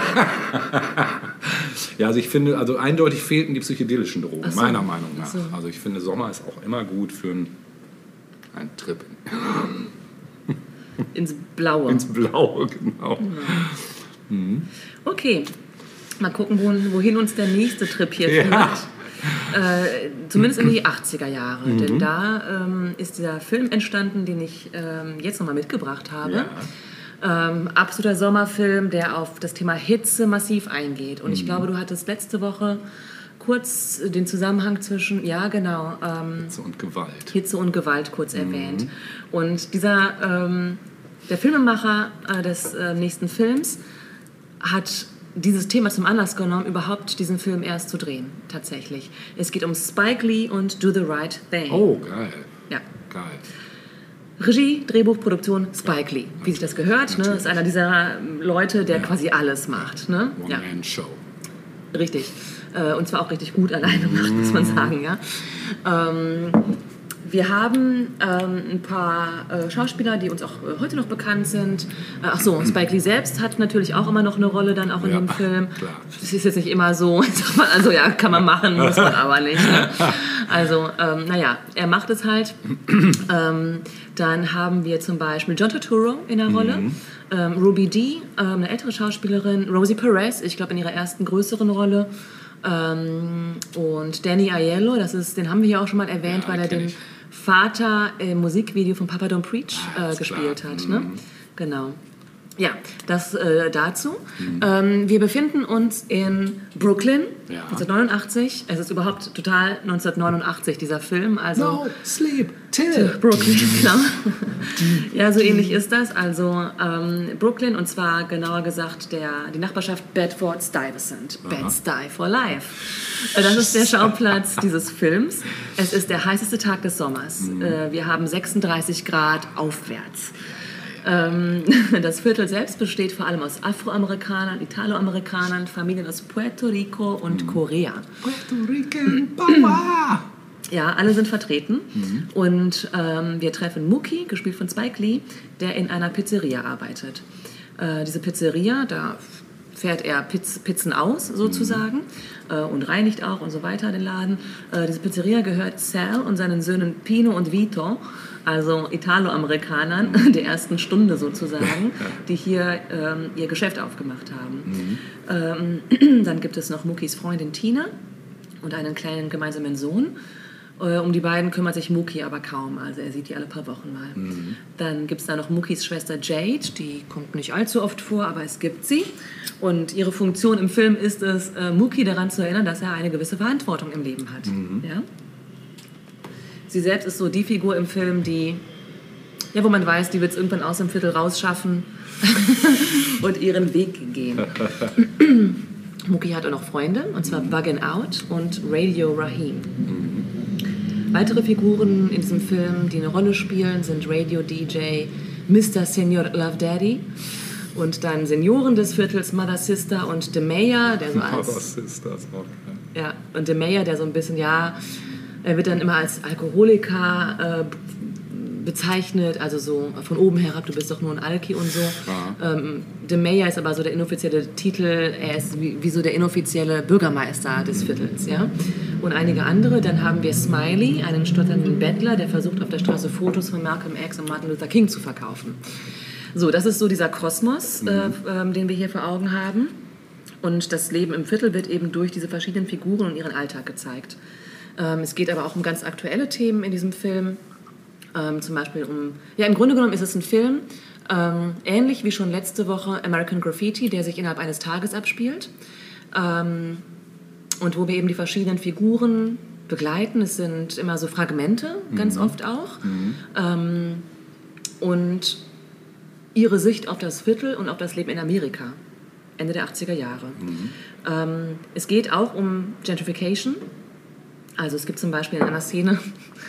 Ja, also ich finde, also eindeutig fehlten die psychedelischen Drogen, Ach so. meiner Meinung nach. Ach so. Also ich finde, Sommer ist auch immer gut für einen, einen Trip Ins Blaue. ins Blaue, genau. Okay. Mal gucken, wohin, wohin uns der nächste Trip hier Ja. führt. Äh, zumindest in die achtziger Jahre. Denn da ähm, ist dieser Film entstanden, den ich ähm, jetzt nochmal mitgebracht habe. Ja. Ähm, absoluter Sommerfilm, der auf das Thema Hitze massiv eingeht. Und ich glaube, du hattest letzte Woche kurz den Zusammenhang zwischen, ja genau, ähm, Hitze und Gewalt. Hitze und Gewalt kurz erwähnt. Und dieser, ähm, der Filmemacher äh, des äh, nächsten Films hat dieses Thema zum Anlass genommen, überhaupt diesen Film erst zu drehen, tatsächlich. Es geht um Spike Lee und Do the Right Thing. Oh, geil. Ja. Geil. Regie, Drehbuch, Produktion, Spike Lee. Wie sich das gehört, ne? Ist einer dieser Leute, der quasi alles macht. Ne? Ja, One-Man-Show. richtig. Äh, und zwar auch richtig gut alleine macht, muss man sagen. Ja? Ähm, wir haben ähm, ein paar äh, Schauspieler, die uns auch äh, heute noch bekannt sind. Äh, ach so, Spike Lee selbst hat natürlich auch immer noch eine Rolle dann auch in Ja, dem Film. klar. Das ist jetzt nicht immer so, sagt man, also ja, kann man machen, muss man aber nicht. Ne? Also, ähm, naja, er macht es halt. ähm, dann haben wir zum Beispiel John Turturro in der Rolle, ähm, Ruby Dee, ähm, eine ältere Schauspielerin, Rosie Perez, ich glaube in ihrer ersten größeren Rolle, ähm, und Danny Aiello, das ist, den haben wir hier auch schon mal erwähnt, Ja, weil er kenn den ich. Vater im Musikvideo von Papa Don't Preach Ah, äh, ist gespielt klar. hat. Ne? Genau. Ja, das äh, dazu. Ähm, wir befinden uns in Brooklyn, Ja. neunzehnhundertneunundachtzig. Es ist überhaupt total neunzehnhundertneunundachtzig, dieser Film. Also No sleep till. Brooklyn, genau. Ja, so ähnlich ist das. Also ähm, Brooklyn, und zwar genauer gesagt der, die Nachbarschaft Bedford-Stuyvesant. Bed-Stuy for life. Äh, Das ist der Schauplatz dieses Films. Es ist der heißeste Tag des Sommers. Äh, wir haben sechsunddreißig Grad aufwärts. Ähm, das Viertel selbst besteht vor allem aus Afroamerikanern, Italoamerikanern, Familien aus Puerto Rico und Korea. Puerto Rican Power. Ja, alle sind vertreten. Und ähm, wir treffen Mookie, gespielt von Spike Lee, der in einer Pizzeria arbeitet. Äh, diese Pizzeria, da fährt er Piz Pizzen aus, sozusagen, äh, und reinigt auch und so weiter den Laden. Äh, diese Pizzeria gehört Sal und seinen Söhnen Pino und Vito, also Italoamerikanern der ersten Stunde sozusagen, die hier ähm, ihr Geschäft aufgemacht haben. Ähm, dann gibt es noch Mookies Freundin Tina und einen kleinen gemeinsamen Sohn. Äh, Um die beiden kümmert sich Mookie aber kaum, also er sieht die alle paar Wochen mal. Mhm. Dann gibt es da noch Mookies Schwester Jade, die kommt nicht allzu oft vor, aber es gibt sie. Und ihre Funktion im Film ist es, äh, Mookie daran zu erinnern, dass er eine gewisse Verantwortung im Leben hat. Mhm. Ja? Sie selbst ist so die Figur im Film, die, ja, wo man weiß, die wird es irgendwann aus dem Viertel rausschaffen und ihren Weg gehen. Mookie hat auch noch Freunde, und zwar Buggin' Out und Radio Raheem. Weitere Figuren in diesem Film, die eine Rolle spielen, sind Radio-D J Mister Senor Love Daddy und dann Senioren des Viertels Mother Sister und The Mayor, der so als... Was ist das auch? Ja, und der Mayor, der so ein bisschen, ja, er wird dann immer als Alkoholiker äh, bezeichnet, also so von oben herab, du bist doch nur ein Alki und so. Ähm, der Mayor ist aber so der inoffizielle Titel, er ist wie, wie so der inoffizielle Bürgermeister des Viertels, ja. Und einige andere, dann haben wir Smiley, einen stotternden Bettler, der versucht auf der Straße Fotos von Malcolm X und Martin Luther King zu verkaufen. So, das ist so dieser Kosmos, äh, äh, den wir hier vor Augen haben. Und das Leben im Viertel wird eben durch diese verschiedenen Figuren und ihren Alltag gezeigt. Ähm, es geht aber auch um ganz aktuelle Themen in diesem Film. Ähm, zum Beispiel um, ja, im Grunde genommen ist es ein Film, ähm, ähnlich wie schon letzte Woche American Graffiti, der sich innerhalb eines Tages abspielt. Ähm, und wo wir eben die verschiedenen Figuren begleiten. Es sind immer so Fragmente, ganz oft auch. Ähm, und ihre Sicht auf das Viertel und auf das Leben in Amerika. Ende der achtziger Jahre. Ähm, es geht auch um Gentrification. Also es gibt zum Beispiel in einer Szene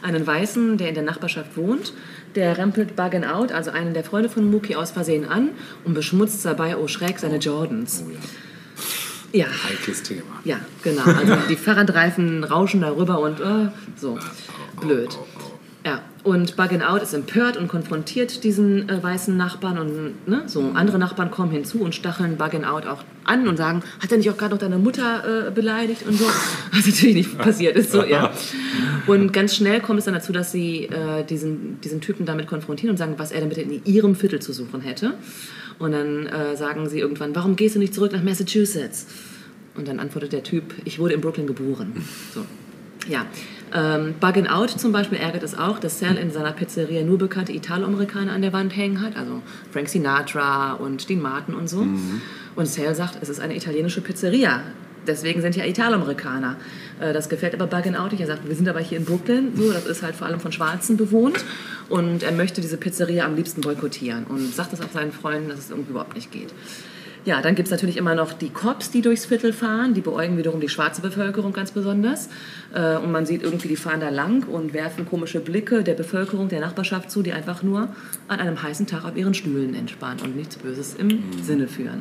einen Weißen, der in der Nachbarschaft wohnt. Der rempelt Buggin' Out, also einen der Freunde von Mookie, aus Versehen an und beschmutzt dabei, oh schräg, seine Jordans. Oh ja. Ja, Heikles Thema. ja, genau. Also die Fahrradreifen rauschen darüber und äh, so. Blöd. Ja, und Buggin' Out ist empört und konfrontiert diesen äh, weißen Nachbarn und ne, so andere Nachbarn kommen hinzu und stacheln Buggin' Out auch an und sagen, hat er nicht auch gerade noch deine Mutter äh, beleidigt und so, was natürlich nicht passiert ist, so, ja. Und ganz schnell kommt es dann dazu, dass sie äh, diesen, diesen Typen damit konfrontieren und sagen, was er denn bitte in ihrem Viertel zu suchen hätte. Und dann äh, sagen sie irgendwann, warum gehst du nicht zurück nach Massachusetts? Und dann antwortet der Typ, ich wurde in Brooklyn geboren. So. Ja, ähm, Buggin' Out zum Beispiel ärgert es auch, dass Sal in seiner Pizzeria nur bekannte Italoamerikaner an der Wand hängen hat, also Frank Sinatra und Dean Martin und so. Mhm. Und Sal sagt, es ist eine italienische Pizzeria, deswegen sind ja Italoamerikaner. Äh, das gefällt aber Buggin' Out nicht. Er sagt, wir sind aber hier in Brooklyn, so, das ist halt vor allem von Schwarzen bewohnt und er möchte diese Pizzeria am liebsten boykottieren und sagt das auch seinen Freunden, dass es irgendwie überhaupt nicht geht. Ja, dann gibt es natürlich immer noch die Cops, die durchs Viertel fahren. Die beäugen wiederum die schwarze Bevölkerung ganz besonders. Äh, und man sieht irgendwie, die fahren da lang und werfen komische Blicke der Bevölkerung, der Nachbarschaft zu, die einfach nur an einem heißen Tag auf ihren Stühlen entspannen und nichts Böses im mhm. Sinne führen.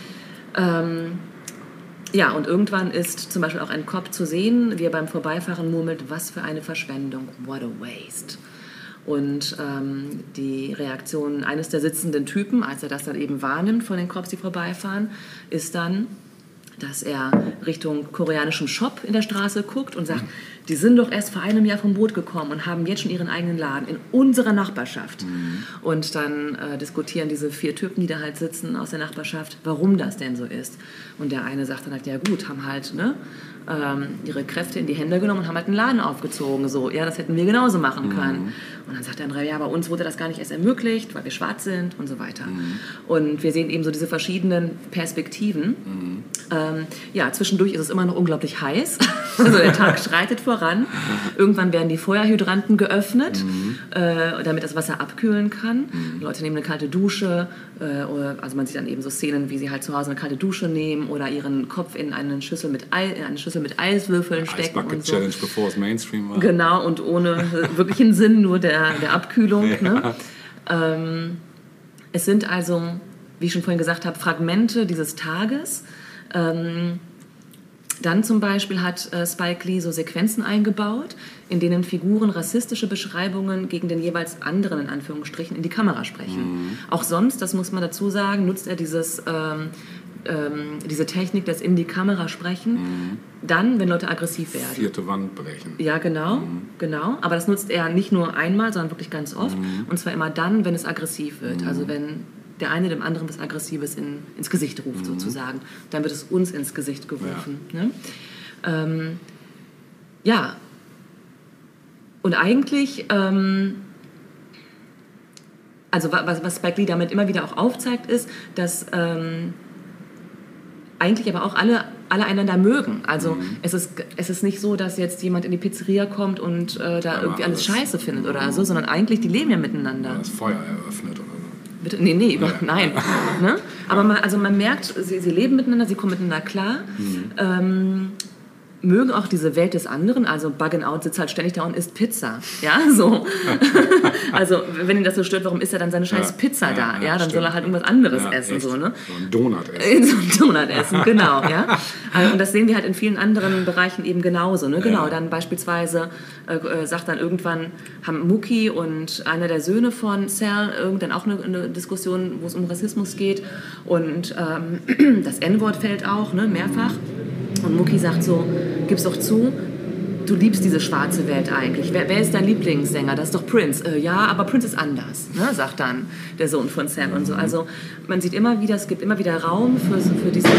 Ähm, ja, und irgendwann ist zum Beispiel auch ein Cop zu sehen, wie er beim Vorbeifahren murmelt, was für eine Verschwendung, what a waste. Und ähm, die Reaktion eines der sitzenden Typen, als er das dann eben wahrnimmt von den Cops, die vorbeifahren, ist dann, dass er Richtung koreanischem Shop in der Straße guckt und sagt, die sind doch erst vor einem Jahr vom Boot gekommen und haben jetzt schon ihren eigenen Laden in unserer Nachbarschaft. Mhm. Und dann äh, diskutieren diese vier Typen, die da halt sitzen aus der Nachbarschaft, warum das denn so ist. Und der eine sagt dann halt, ja gut, haben halt ne, ähm, ihre Kräfte in die Hände genommen und haben halt einen Laden aufgezogen. So, ja, das hätten wir genauso machen können. Mhm. Und dann sagt der andere, ja, bei uns wurde das gar nicht erst ermöglicht, weil wir schwarz sind und so weiter. Mhm. Und wir sehen eben so diese verschiedenen Perspektiven. Mhm. Ähm, ja, zwischendurch ist es immer noch unglaublich heiß. Also der Tag schreitet voran. Irgendwann werden die Feuerhydranten geöffnet, mhm. äh, damit das Wasser abkühlen kann. Mhm. Die Leute nehmen eine kalte Dusche. Äh, oder, also man sieht dann eben so Szenen, wie sie halt zu Hause eine kalte Dusche nehmen oder ihren Kopf in eine Schüssel mit, Ei, in eine Schüssel mit Eiswürfeln stecken. Eisbucket so. Challenge, bevor es Mainstream war. Genau, und ohne wirklichen Sinn, nur der, der Abkühlung. Ja. Ne? Ähm, es sind also, wie ich schon vorhin gesagt habe, Fragmente dieses Tages. Ähm, dann zum Beispiel hat äh, Spike Lee so Sequenzen eingebaut, in denen Figuren rassistische Beschreibungen gegen den jeweils anderen, in Anführungsstrichen, in die Kamera sprechen. Mhm. Auch sonst, das muss man dazu sagen, nutzt er dieses, ähm, ähm, diese Technik des in die Kamera sprechen, mhm. dann, wenn Leute aggressiv werden. Vierte Wand brechen. Ja, genau, mhm. genau. Aber das nutzt er nicht nur einmal, sondern wirklich ganz oft. Mhm. Und zwar immer dann, wenn es aggressiv wird. Mhm. Also wenn der eine dem anderen was Aggressives in, ins Gesicht ruft, mhm. sozusagen. Dann wird es uns ins Gesicht gerufen. Ja, ne? ähm, ja. Und eigentlich, ähm, also was, was Spike Lee damit immer wieder auch aufzeigt, ist, dass ähm, eigentlich aber auch alle, alle einander mögen. Also mhm. es, ist, es ist nicht so, dass jetzt jemand in die Pizzeria kommt und äh, da ja, irgendwie alles scheiße findet oder so, sondern eigentlich, die leben ja miteinander. Das Feuer eröffnet oder so. Bitte? Nee, nee, über, ja. nein. Ne? Aber man, also man merkt, sie, sie leben miteinander, sie kommen miteinander klar, mhm. ähm, mögen auch diese Welt des anderen. Also Buggin' Out sitzt halt ständig da und isst Pizza. Ja, so. Also wenn ihn das so stört, warum isst er dann seine scheiß ja. Pizza ja, da? Ja, ja dann stimmt. soll er halt irgendwas anderes ja, essen. So, ne? so ein Donut essen. So ein Donut essen, genau. Ja? Und das sehen wir halt in vielen anderen Bereichen eben genauso. Ne? Genau, ja. dann beispielsweise äh, sagt dann irgendwann, haben Mookie und einer der Söhne von Sal irgendwann auch eine, eine Diskussion, wo es um Rassismus geht. Und ähm, das En-Wort fällt auch, ne, mehrfach. Und Mookie sagt so, gib's doch zu, du liebst diese schwarze Welt eigentlich. Wer, wer ist dein Lieblingssänger? Das ist doch Prince. Äh, ja, aber Prince ist anders, ne? Sagt dann der Sohn von Sam und so. Also man sieht immer wieder, es gibt immer wieder Raum für, für diese...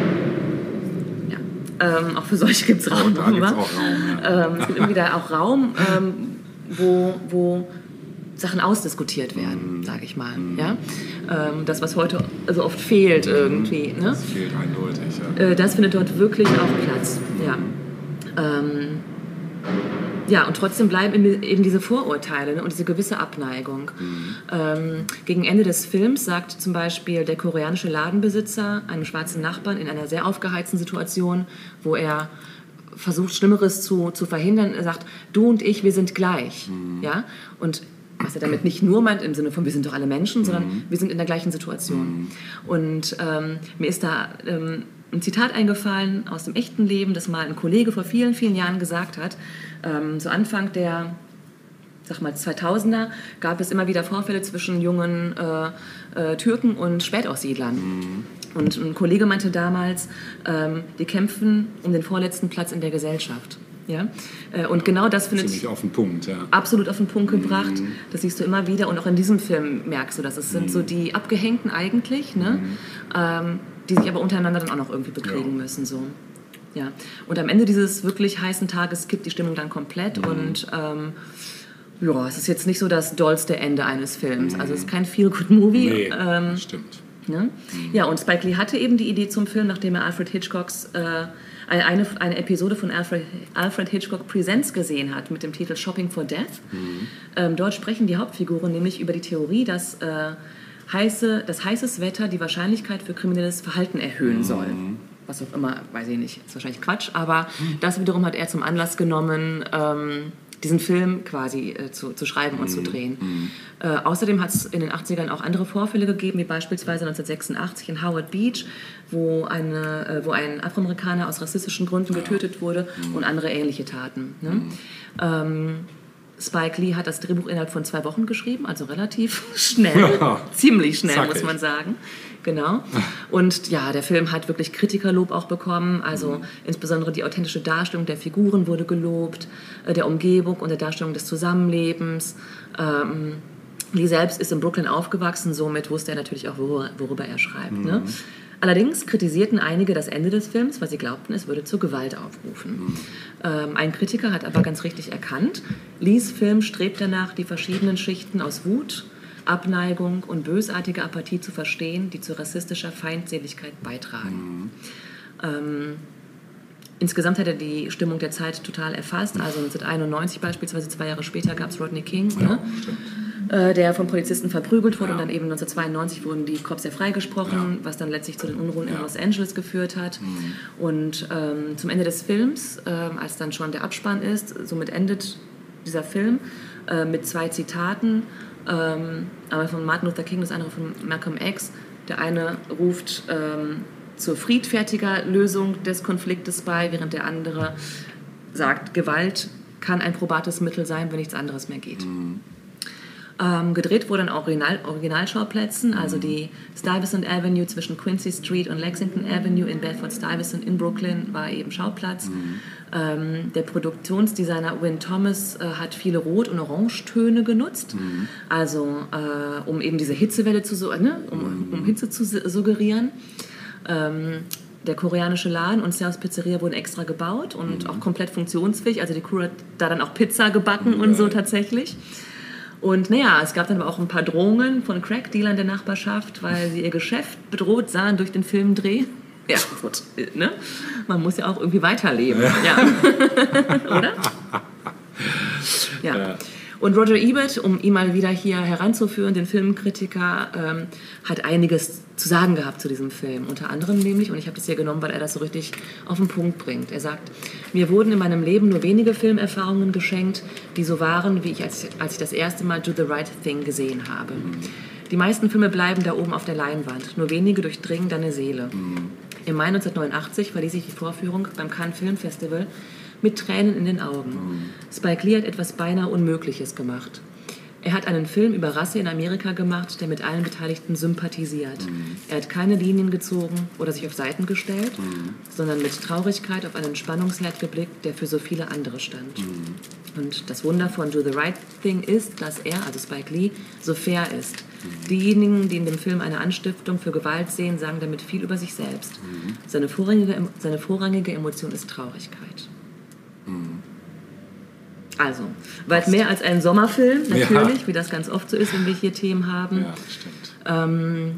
Ja, ähm, auch für solche gibt es Raum. Da gibt's auch Raum ja. ähm, es gibt immer wieder auch Raum, ähm, wo... wo Sachen ausdiskutiert werden, sage ich mal. Mm. Ja? Ähm, das, was heute so oft fehlt irgendwie. Ne? Das fehlt eindeutig. Ja. Äh, das findet dort wirklich auch Platz. Ja, ähm, ja und trotzdem bleiben eben diese Vorurteile, ne? Und diese gewisse Abneigung. Mm. Ähm, gegen Ende des Films sagt zum Beispiel der koreanische Ladenbesitzer einem schwarzen Nachbarn in einer sehr aufgeheizten Situation, wo er versucht, Schlimmeres zu, zu verhindern. Er sagt, du und ich, wir sind gleich. Mhm. Ja? Und was er damit nicht nur meint, im Sinne von, wir sind doch alle Menschen, sondern mhm. wir sind in der gleichen Situation. Mhm. Und ähm, mir ist da ähm, ein Zitat eingefallen aus dem echten Leben, das mal ein Kollege vor vielen, vielen Jahren gesagt hat. Ähm, zu Anfang der sag mal, zweitausender gab es immer wieder Vorfälle zwischen jungen äh, äh, Türken und Spätaussiedlern. Mhm. Und ein Kollege meinte damals, ähm, die kämpfen um den vorletzten Platz in der Gesellschaft. Ja? Äh, und genau das findet ziemlich auf den Punkt, ja. Absolut auf den Punkt gebracht. Mhm. Das siehst du immer wieder und auch in diesem Film merkst du das. Es sind mhm. so die Abgehängten eigentlich, ne? Mhm. ähm, die sich aber untereinander dann auch noch irgendwie bekriegen ja. müssen. So. Ja. Und am Ende dieses wirklich heißen Tages kippt die Stimmung dann komplett mhm. und ähm, ja, es ist jetzt nicht so das dollste Ende eines Films. Also es ist kein Feel-Good-Movie. Nee, ähm, stimmt. Ne? Mhm. Ja, und Spike Lee hatte eben die Idee zum Film, nachdem er Alfred Hitchcocks, äh, eine, eine Episode von Alfred, Alfred Hitchcock Presents gesehen hat, mit dem Titel Shopping for Death. Mhm. Ähm, dort sprechen die Hauptfiguren nämlich über die Theorie, dass äh, heiße, das heißes Wetter die Wahrscheinlichkeit für kriminelles Verhalten erhöhen mhm. soll. Was auch immer, weiß ich nicht, ist wahrscheinlich Quatsch, aber mhm. das wiederum hat er zum Anlass genommen, ähm, diesen Film quasi äh, zu, zu schreiben und mm, zu drehen. Mm. Äh, außerdem hat es in den achtzigern auch andere Vorfälle gegeben, wie beispielsweise neunzehnhundertsechsundachtzig in Howard Beach, wo, eine, äh, wo ein Afroamerikaner aus rassistischen Gründen getötet wurde mm. und andere ähnliche Taten. Ne? Mm. Ähm, Spike Lee hat das Drehbuch innerhalb von zwei Wochen geschrieben, also relativ schnell, ja. ziemlich schnell, Zackig. muss man sagen. Genau. Und ja, der Film hat wirklich Kritikerlob auch bekommen. Also mhm. insbesondere die authentische Darstellung der Figuren wurde gelobt, äh, der Umgebung und der Darstellung des Zusammenlebens. Ähm, Lee selbst ist in Brooklyn aufgewachsen, somit wusste er natürlich auch, worüber, worüber er schreibt. Mhm. Ne? Allerdings kritisierten einige das Ende des Films, weil sie glaubten, es würde zur Gewalt aufrufen. Mhm. Ähm, ein Kritiker hat aber ganz richtig erkannt, Lees Film strebt danach, die verschiedenen Schichten aus Wut, Abneigung und bösartige Apathie zu verstehen, die zu rassistischer Feindseligkeit beitragen. Mhm. Ähm, insgesamt hat er die Stimmung der Zeit total erfasst. Also neunzehnhunderteinundneunzig beispielsweise, zwei Jahre später, gab es Rodney King, ja, ne? äh, der vom Polizisten verprügelt wurde. Ja. Und dann eben neunzehnhundertzweiundneunzig wurden die Cops ja freigesprochen, ja. was dann letztlich zu den Unruhen ja. in Los Angeles geführt hat. Mhm. Und ähm, zum Ende des Films, äh, als dann schon der Abspann ist, somit endet dieser Film äh, mit zwei Zitaten. Ähm, einmal von Martin Luther King, das andere von Malcolm X. Der eine ruft ähm, zur friedfertiger Lösung des Konfliktes bei, während der andere sagt, Gewalt kann ein probates Mittel sein, wenn nichts anderes mehr geht. Mhm. Ähm, gedreht wurde an Original, Originalschauplätzen, also die Stuyvesant Avenue zwischen Quincy Street und Lexington Avenue in Bedford-Stuyvesant in Brooklyn war eben Schauplatz. Mhm. Ähm, der Produktionsdesigner Wynne Thomas äh, hat viele Rot- und Orangetöne genutzt, mhm. also äh, um eben diese Hitzewelle zu, ne, um, um Hitze zu suggerieren. Ähm, der koreanische Laden und Sarah's Pizzeria wurden extra gebaut und mhm. auch komplett funktionsfähig, also die Crew hat da dann auch Pizza gebacken mhm. und so tatsächlich. Und naja, es gab dann aber auch ein paar Drohungen von Crack-Dealern der Nachbarschaft, weil sie ihr Geschäft bedroht sahen durch den Filmdreh. Ja, gut, ne? Man muss ja auch irgendwie weiterleben. Ja. Ja. Oder? Ja. Ja. Und Roger Ebert, um ihn mal wieder hier heranzuführen, den Filmkritiker, ähm, hat einiges zu sagen gehabt zu diesem Film. Unter anderem nämlich, und ich habe das hier genommen, weil er das so richtig auf den Punkt bringt. Er sagt, mir wurden in meinem Leben nur wenige Filmerfahrungen geschenkt, die so waren, wie ich, als, als ich das erste Mal Do the Right Thing gesehen habe. Mhm. Die meisten Filme bleiben da oben auf der Leinwand, nur wenige durchdringen deine Seele. Mhm. Im Mai neunzehnhundertneunundachtzig verließ ich die Vorführung beim Cannes Film Festival mit Tränen in den Augen. Mhm. Spike Lee hat etwas beinahe Unmögliches gemacht. Er hat einen Film über Rasse in Amerika gemacht, der mit allen Beteiligten sympathisiert. Mhm. Er hat keine Linien gezogen oder sich auf Seiten gestellt, mhm. sondern mit Traurigkeit auf einen Spannungsherd geblickt, der für so viele andere stand. Mhm. Und das Wunder von Do the Right Thing ist, dass er, also Spike Lee, so fair ist. Mhm. Diejenigen, die in dem Film eine Anstiftung für Gewalt sehen, sagen damit viel über sich selbst. Mhm. Seine vorrangige, seine vorrangige Emotion ist Traurigkeit. Mhm. Also, weit mehr als ein Sommerfilm, natürlich, ja. wie das ganz oft so ist, wenn wir hier Themen haben. Ja, stimmt. Ähm,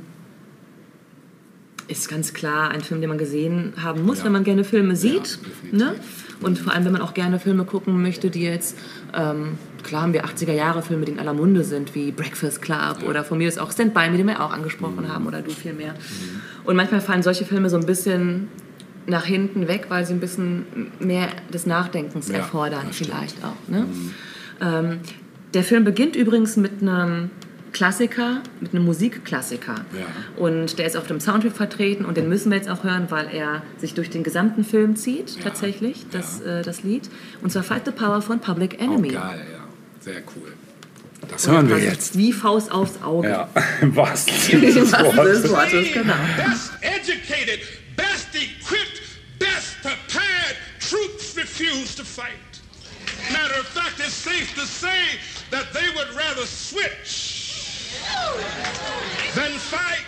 ist ganz klar ein Film, den man gesehen haben muss, ja. wenn man gerne Filme sieht. Ja, ne? Und vor allem, wenn man auch gerne Filme gucken möchte, die jetzt, ähm, klar haben wir achtziger-Jahre-Filme, die in aller Munde sind, wie Breakfast Club ja. oder von mir ist auch Stand By Me, den wir auch angesprochen mhm. haben, oder du viel mehr. Mhm. Und manchmal fallen solche Filme so ein bisschen nach hinten weg, weil sie ein bisschen mehr des Nachdenkens Ja, erfordern, das stimmt. vielleicht auch. Ne? Mhm. Ähm, der Film beginnt übrigens mit einem Klassiker, mit einem Musikklassiker. Ja. Und der ist auf dem Soundtrack vertreten und den müssen wir jetzt auch hören, weil er sich durch den gesamten Film zieht, Ja. tatsächlich, das, Ja. äh, das Lied. Und zwar Fight the Power von Public Oh, Enemy. geil, ja. Sehr cool. Das hören wir Also jetzt. Wie Faust aufs Auge. Ja, im wahrsten Sinne Im des wahrsten Sinne des Wortes. Wortes, genau. Best educated, best equipped, best prepared troops refuse to fight. Matter of fact, it's safe to say that they would rather switch than fight.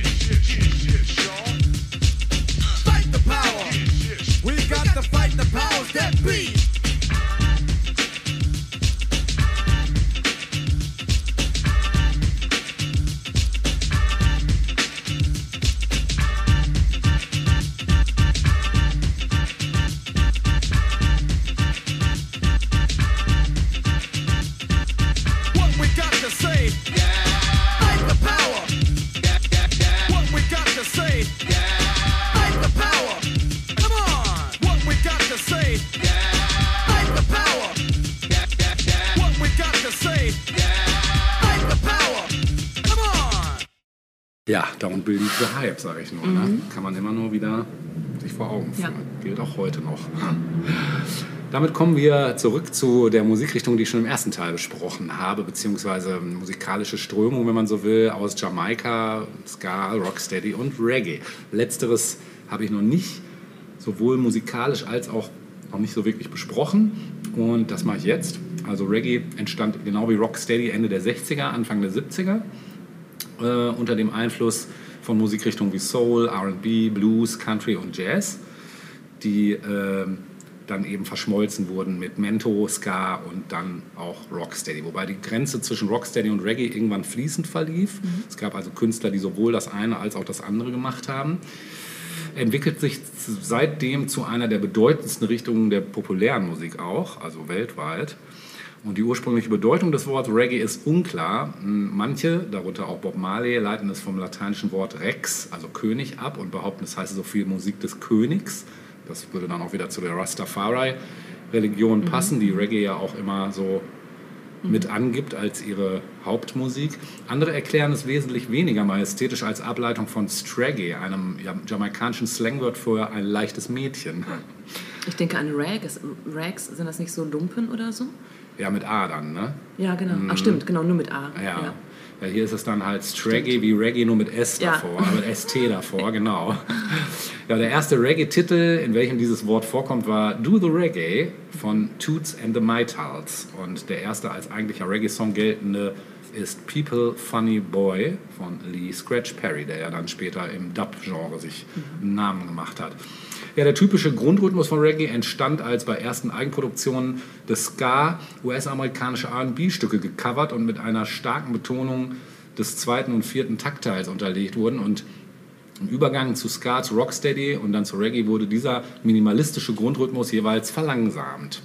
We got to fight the power. Ja, don't believe the hype, sage ich nur. Mhm. Ne? Kann man immer nur wieder sich vor Augen führen. Ja. Gilt auch heute noch. Damit kommen wir zurück zu der Musikrichtung, die ich schon im ersten Teil besprochen habe, beziehungsweise musikalische Strömung, wenn man so will, aus Jamaika, Ska, Rocksteady und Reggae. Letzteres habe ich noch nicht sowohl musikalisch als auch noch nicht so wirklich besprochen und das mache ich jetzt. Also Reggae entstand genau wie Rocksteady Ende der sechziger, Anfang der siebziger äh, unter dem Einfluss von Musikrichtungen wie Soul, R and B, Blues, Country und Jazz, die äh, dann eben verschmolzen wurden mit Mento, Ska und dann auch Rocksteady. Wobei die Grenze zwischen Rocksteady und Reggae irgendwann fließend verlief. Mhm. Es gab also Künstler, die sowohl das eine als auch das andere gemacht haben. Entwickelt sich seitdem zu einer der bedeutendsten Richtungen der populären Musik auch, also weltweit. Und die ursprüngliche Bedeutung des Wortes Reggae ist unklar. Manche, darunter auch Bob Marley, leiten es vom lateinischen Wort Rex, also König, ab und behaupten, es heiße so viel Musik des Königs. Das würde dann auch wieder zu der Rastafari-Religion passen, die Reggae ja auch immer so mit angibt als ihre Hauptmusik. Andere erklären es wesentlich weniger majestätisch als Ableitung von Straggy, einem jamaikanischen Slangwort für ein leichtes Mädchen. Ich denke an Rags. Rags, sind das nicht so Lumpen oder so? Ja, mit A dann, ne? Ja, genau. Mhm. Ach stimmt, genau, nur mit A. Ja. Ja. Ja, hier ist es dann halt Straggy wie Reggae, nur mit S Ja. davor, mit S T davor, genau. Ja, der erste Reggae-Titel, in welchem dieses Wort vorkommt, war Do the Reggae von Toots and the Maytals. Und der erste als eigentlicher Reggae-Song geltende ist People Funny Boy von Lee Scratch Perry, der ja dann später im Dub-Genre sich einen Namen gemacht hat. Ja, der typische Grundrhythmus von Reggae entstand, als bei ersten Eigenproduktionen des Ska U S-amerikanische R and B-Stücke gecovert und mit einer starken Betonung des zweiten und vierten Taktteils unterlegt wurden. Und im Übergang zu Ska, zu Rocksteady und dann zu Reggae wurde dieser minimalistische Grundrhythmus jeweils verlangsamt.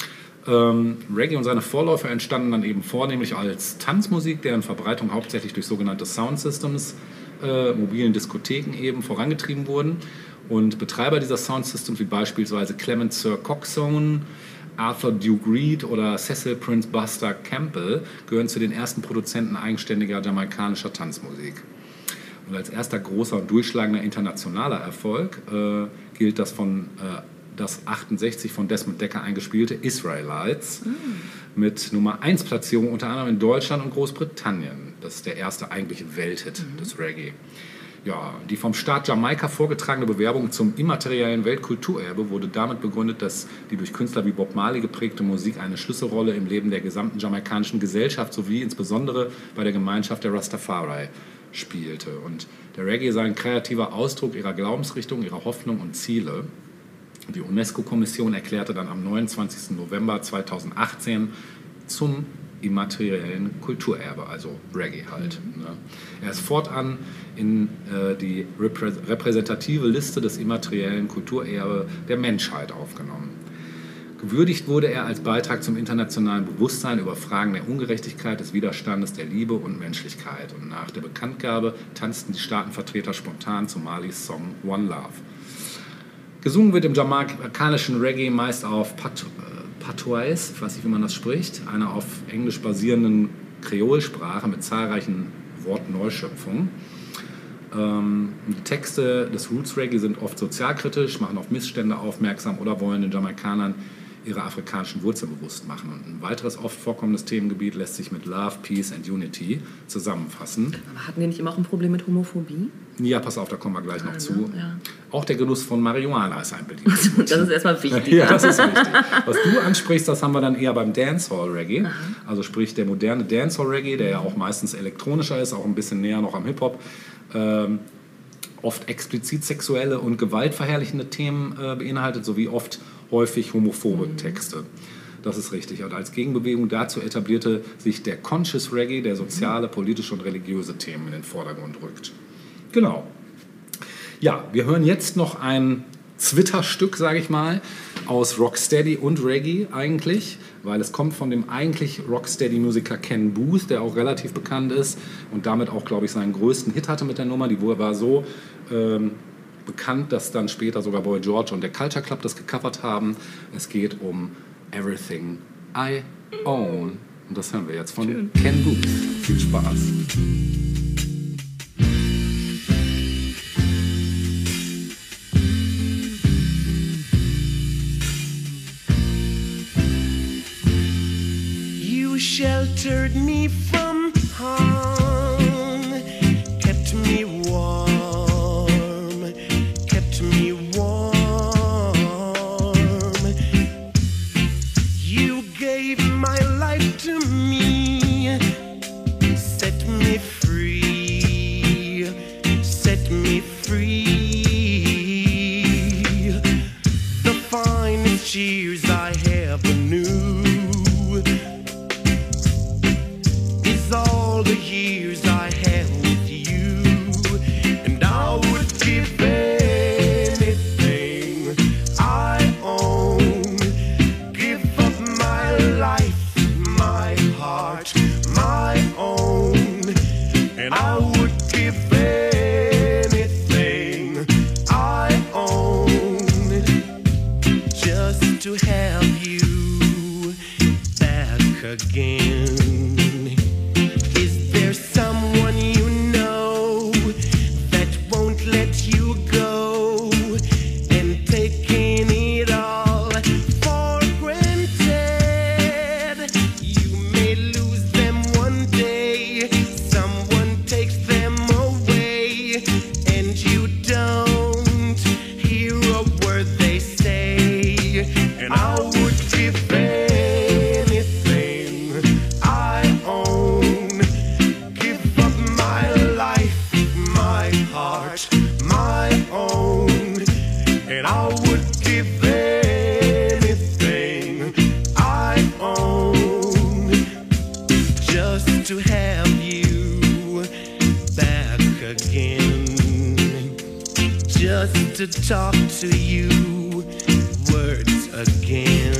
Ähm, Reggae und seine Vorläufer entstanden dann eben vornehmlich als Tanzmusik, deren Verbreitung hauptsächlich durch sogenannte Soundsystems, äh, mobilen Diskotheken eben vorangetrieben wurden. Und Betreiber dieser Soundsystems wie beispielsweise Clement Sir Coxsone, Arthur Duke Reid oder Cecil Prince Buster Campbell gehören zu den ersten Produzenten eigenständiger jamaikanischer Tanzmusik. Und als erster großer und durchschlagender internationaler Erfolg äh, gilt das von äh, das achtundsechzig von Desmond Dekker eingespielte Israelites mm. mit Nummer eins Platzierung unter anderem in Deutschland und Großbritannien. Das ist der erste eigentliche Welthit mm. des Reggae. Ja, die vom Staat Jamaika vorgetragene Bewerbung zum immateriellen Weltkulturerbe wurde damit begründet, dass die durch Künstler wie Bob Marley geprägte Musik eine Schlüsselrolle im Leben der gesamten jamaikanischen Gesellschaft sowie insbesondere bei der Gemeinschaft der Rastafari spielte. Und der Reggae sei ein kreativer Ausdruck ihrer Glaubensrichtung, ihrer Hoffnung und Ziele. Die UNESCO-Kommission erklärte dann am neunundzwanzigsten November zweitausendachtzehn zum immateriellen Kulturerbe, also Reggae halt. Mhm. Ne? Er ist fortan in äh, die reprä repräsentative Liste des immateriellen Kulturerbes der Menschheit aufgenommen. Gewürdigt wurde er als Beitrag zum internationalen Bewusstsein über Fragen der Ungerechtigkeit, des Widerstandes, der Liebe und Menschlichkeit. Und nach der Bekanntgabe tanzten die Staatenvertreter spontan zu Marleys Song One Love. Gesungen wird im jamaikanischen Reggae meist auf Pat Patois, ich weiß nicht, wie man das spricht, einer auf Englisch basierenden Kreolsprache mit zahlreichen Wortneuschöpfungen. Ähm, die Texte des Roots Reggae sind oft sozialkritisch, machen auf Missstände aufmerksam oder wollen den Jamaikanern ihre afrikanischen Wurzeln bewusst machen. Und ein weiteres oft vorkommendes Themengebiet lässt sich mit Love, Peace and Unity zusammenfassen. Aber hatten die nicht immer auch ein Problem mit Homophobie? Ja, pass auf, da kommen wir gleich noch also, zu. Ja. Auch der Genuss von Marihuana ist ein beliebtes. Das ist erstmal wichtig. Ja, das ist wichtig. Was du ansprichst, das haben wir dann eher beim Dancehall-Reggae. Aha. Also sprich der moderne Dancehall-Reggae, der ja auch meistens elektronischer ist, auch ein bisschen näher noch am Hip-Hop. Ähm, oft explizit sexuelle und gewaltverherrlichende Themen äh, beinhaltet, sowie oft häufig homophobe mhm. Texte. Das ist richtig. Und als Gegenbewegung dazu etablierte sich der Conscious Reggae, der soziale, politische und religiöse Themen in den Vordergrund rückt. Genau. Ja, wir hören jetzt noch ein Zwitterstück, sage ich mal, aus Rocksteady und Reggae eigentlich, weil es kommt von dem eigentlich Rocksteady-Musiker Ken Booth, der auch relativ bekannt ist und damit auch, glaube ich, seinen größten Hit hatte mit der Nummer. Die war so ähm, bekannt, dass dann später sogar Boy George und der Culture Club das gecovert haben. Es geht um Everything I Own. Und das hören wir jetzt von Schön. Ken Booth. Viel Spaß. sheltered me from harm, kept me warm, kept me warm. You gave my life to me, set me free, set me free. The finest years I ever knew is all the years I had with you, and I would give anything I own, give up my life, my heart, my own, and I would give anything I own just to have you back again. Is there someone you know that won't let you go, and taking it all for granted? You may lose them one day, someone takes them away, and you don't hear a word they say. And I would give anything I own, give up my life, my heart, my own, and I would give anything I own just to have you back again, just to talk to you words again.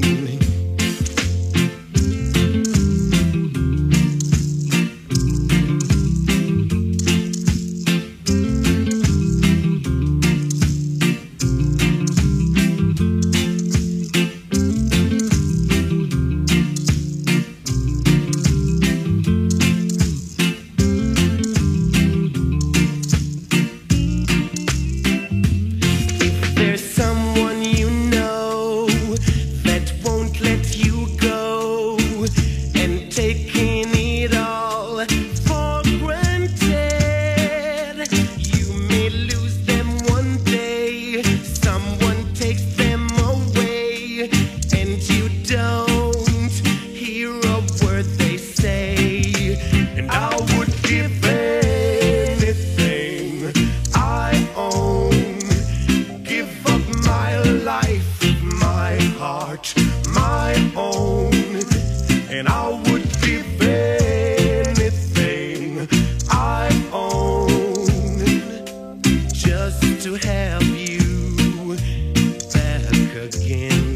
If there's someone you know that won't let you go, and taking it all for granted, you may lose them one day, someone takes them away, and you don't hear a word they say. And I would give anything I own, give up my life, my heart, my own, and I would give anything I own just to have you back again,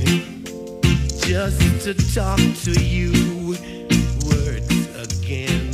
just to talk to you words again,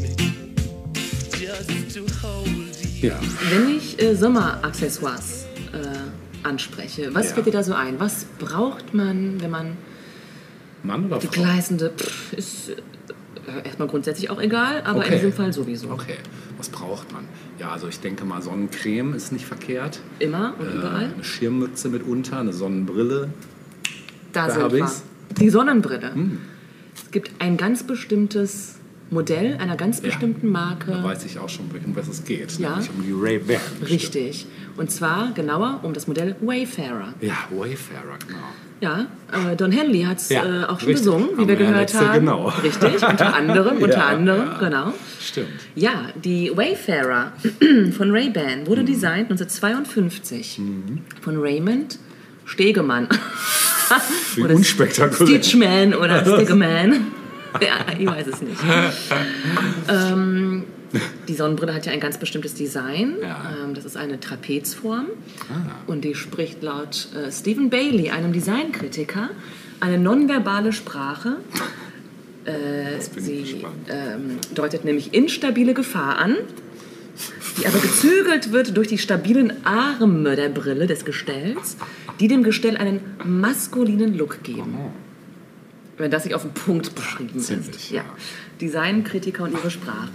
just to hold you. Ja. Wenn ich äh, Sommeraccessoires äh, anspreche, was Ja. fällt dir da so ein? Was braucht man, wenn man Mann oder die Frau? gleißende, pff, ist äh, erstmal grundsätzlich auch egal, aber Okay. in diesem Fall sowieso. Okay, was braucht man? Ja, also ich denke mal, Sonnencreme ist nicht verkehrt. Immer und Äh, überall. eine Schirmmütze mitunter, eine Sonnenbrille. Da da sind hab wir. ich's. Die Sonnenbrille. Hm. Es gibt ein ganz bestimmtes Modell einer ganz bestimmten Marke. Da weiß ich auch schon, um was es geht. Ja. Nämlich um die Ray-Ban. Richtig. Und zwar genauer um das Modell Wayfarer. Ja, Wayfarer, genau. Ja, äh, Don Henley hat es Ja, äh, auch schon richtig. besungen, wie Haben wir wir ja gehört letzte, haben. genau. Richtig, unter anderem, unter Ja, anderem, ja. genau. Stimmt. Ja, die Wayfarer von Ray-Ban wurde Mhm. designt neunzehnhundertzweiundfünfzig von Raymond Stegemann. Wie Oder unspektakulär. Stitchman oder Stegeman. Ja, ich weiß es nicht. ähm, die Sonnenbrille hat ja ein ganz bestimmtes Design. Ja. Ähm, das ist eine Trapezform. Ah. Und die spricht laut äh, Stephen Bailey, einem Designkritiker, eine nonverbale Sprache. Äh, bin ich sie gespannt. ähm, deutet nämlich instabile Gefahr an, die aber gezügelt wird durch die stabilen Arme der Brille des Gestells, die dem Gestell einen maskulinen Look geben. Wenn das nicht auf den Punkt beschrieben Ziemlich, ist. ja. Ja. Designkritiker und ihre Sprache.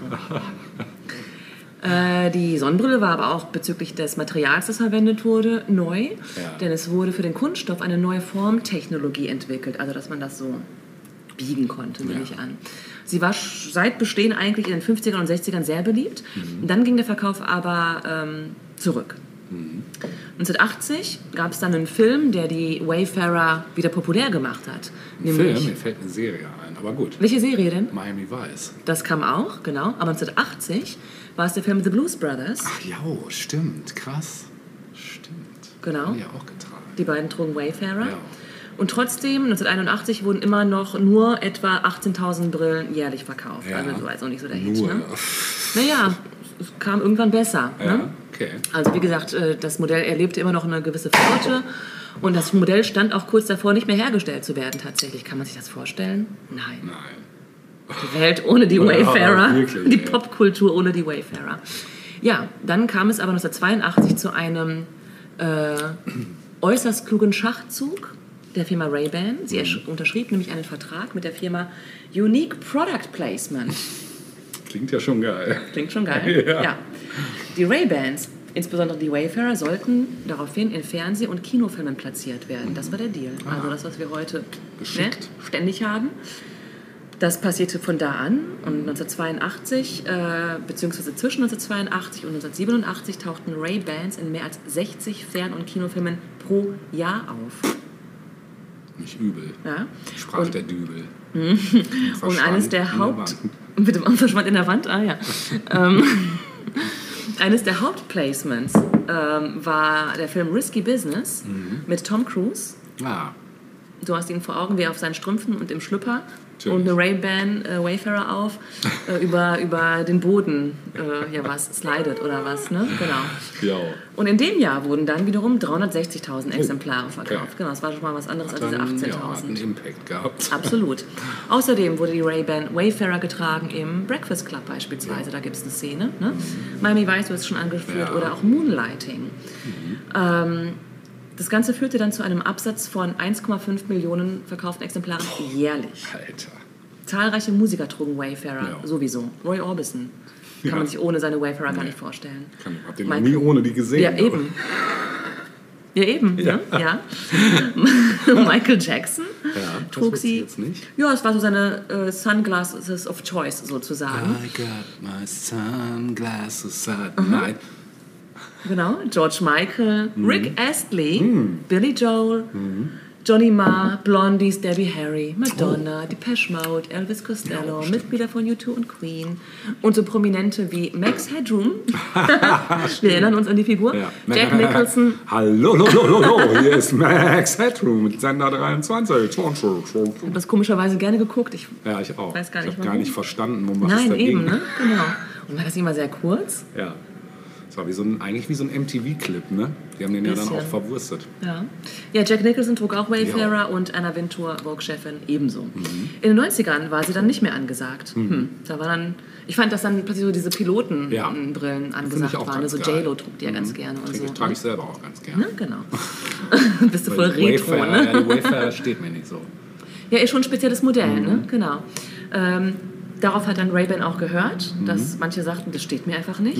äh, die Sonnenbrille war aber auch bezüglich des Materials, das verwendet wurde, neu. Ja. Denn es wurde für den Kunststoff eine neue Formtechnologie entwickelt. Also, dass man das so biegen konnte, nehme Ja. ich an. Sie war sch- seit Bestehen eigentlich in den fünfzigern und sechzigern sehr beliebt. Mhm. Dann ging der Verkauf aber ähm, zurück. Mhm. neunzehnhundertachtzig gab es dann einen Film, der die Wayfarer wieder populär gemacht hat. Nämlich, Film, mir fällt eine Serie ein, aber gut. welche Serie denn? Miami Vice. Das kam auch, genau. Aber neunzehnhundertachtzig war es der Film The Blues Brothers. Ach ja, stimmt, krass. Stimmt. Genau. Haben die ja auch getragen. Die beiden trugen Wayfarer. Ja. Und trotzdem, neunzehnhunderteinundachtzig wurden immer noch nur etwa achtzehntausend Brillen jährlich verkauft. Ja. Also das war jetzt auch nicht so der Hit. Nur. Ne? Naja, es kam irgendwann besser. Ja, Ne? okay. Also wie gesagt, äh, das Modell erlebte immer noch eine gewisse Flaute. Und das Modell stand auch kurz davor, nicht mehr hergestellt zu werden tatsächlich. Kann man sich das vorstellen? Nein. Nein. Die Welt ohne die Wayfarer. wirklich, die ja. Popkultur ohne die Wayfarer. Ja, dann kam es aber neunzehnhundertzweiundachtzig zu einem äh, äußerst klugen Schachzug der Firma Ray-Ban. Sie Mhm. ersch- unterschrieb nämlich einen Vertrag mit der Firma Unique Product Placement. Klingt ja schon geil. Klingt schon geil. Ja. Ja. Die Ray-Bans, insbesondere die Wayfarer, sollten daraufhin in Fernseh- und Kinofilmen platziert werden. Das war der Deal. Also das, was wir heute ne, Geschickt. ständig haben. Das passierte von da an und neunzehnhundertzweiundachtzig, äh, beziehungsweise zwischen neunzehnhundertzweiundachtzig und neunzehnhundertsiebenundachtzig tauchten Ray-Bans in mehr als sechzig Fern- und Kinofilmen pro Jahr auf. Nicht übel. Ja? Sprach Und- der Dübel. Und eines der Verschwand in Haupt... Wand. Bitte, verschwand in der Wand? Ah ja. ähm, eines der Hauptplacements ähm, war der Film Risky Business mit Tom Cruise. Ah, Du hast ihn vor Augen, wie er auf seinen Strümpfen und im Schlüpper Natürlich. und eine Ray-Ban äh, Wayfarer auf äh, über, über den Boden äh, ja was slidet oder was, ne? Genau. ja. Und in dem Jahr wurden dann wiederum dreihundertsechzigtausend Exemplare verkauft. okay. Genau, das war schon mal was anderes als Dann, diese ja, hat einen achtzehntausend. Impact gehabt. Absolut. Außerdem wurde die Ray-Ban Wayfarer getragen im Breakfast Club beispielsweise. Da gibt es eine Szene. Ne? Miami Vice wird schon angeführt Ja. oder auch Moonlighting. Ähm, das Ganze führte dann zu einem Absatz von eins Komma fünf Millionen verkauften Exemplaren jährlich. Alter. Zahlreiche Musiker trugen Wayfarer Ja. sowieso. Roy Orbison kann Ja. man sich ohne seine Wayfarer gar Nee. nicht vorstellen. Kann, hab den noch Michael- nie ohne die gesehen. Ja, aber- eben. Ja, eben. Ja. Ne? Ja. Michael Jackson Ja, das trug wusste ich sie. jetzt nicht. Ja, es war so seine äh, Sunglasses of Choice sozusagen. I got my sunglasses at night. Genau. George Michael, Mhm. Rick Astley, Billy Joel, Johnny Marr, Blondies, Debbie Harry, Madonna, Depeche Mode, Elvis Costello, Oh. Ja, stimmt. Mitglieder von U zwei und Queen und so Prominente wie Max Headroom. Wir erinnern uns an die Figur. Ja. Jack Nicholson. Hallo, hallo, hallo, hallo, hier ist Max Headroom mit Sender dreiundzwanzig. Ich habe das komischerweise gerne geguckt. Ich, Ja, ich auch. Weiß gar ich nicht, habe gar warum. nicht verstanden, um was es nein, da eben, ging. ne? Genau. Und war das immer sehr kurz? Ja. Das war wie so ein, eigentlich wie so ein M T V-Clip, ne? Die haben den ja dann Bisschen. auch verwurstet. Ja. Ja, Jack Nicholson trug auch Wayfarer Ja. und Anna Wintour, Vogue-Chefin, ebenso. In den neunzigern war sie dann nicht mehr angesagt. Hm. Da war dann, ich fand, dass dann plötzlich so diese Pilotenbrillen Ja. angesagt Finde ich auch waren. ganz Also geil. J-Lo trug die ja ganz gerne und Trage so. ich, trage ich selber auch ganz gerne. Ne? Genau. Bist du voll Weil die retro, Wayfarer, ne? Ja, die Wayfarer steht mir nicht so. Ja, ist schon ein spezielles Modell, Mhm. ne? Genau. Ähm, darauf hat dann Ray-Ban auch gehört, Mhm. dass manche sagten, das steht mir einfach nicht.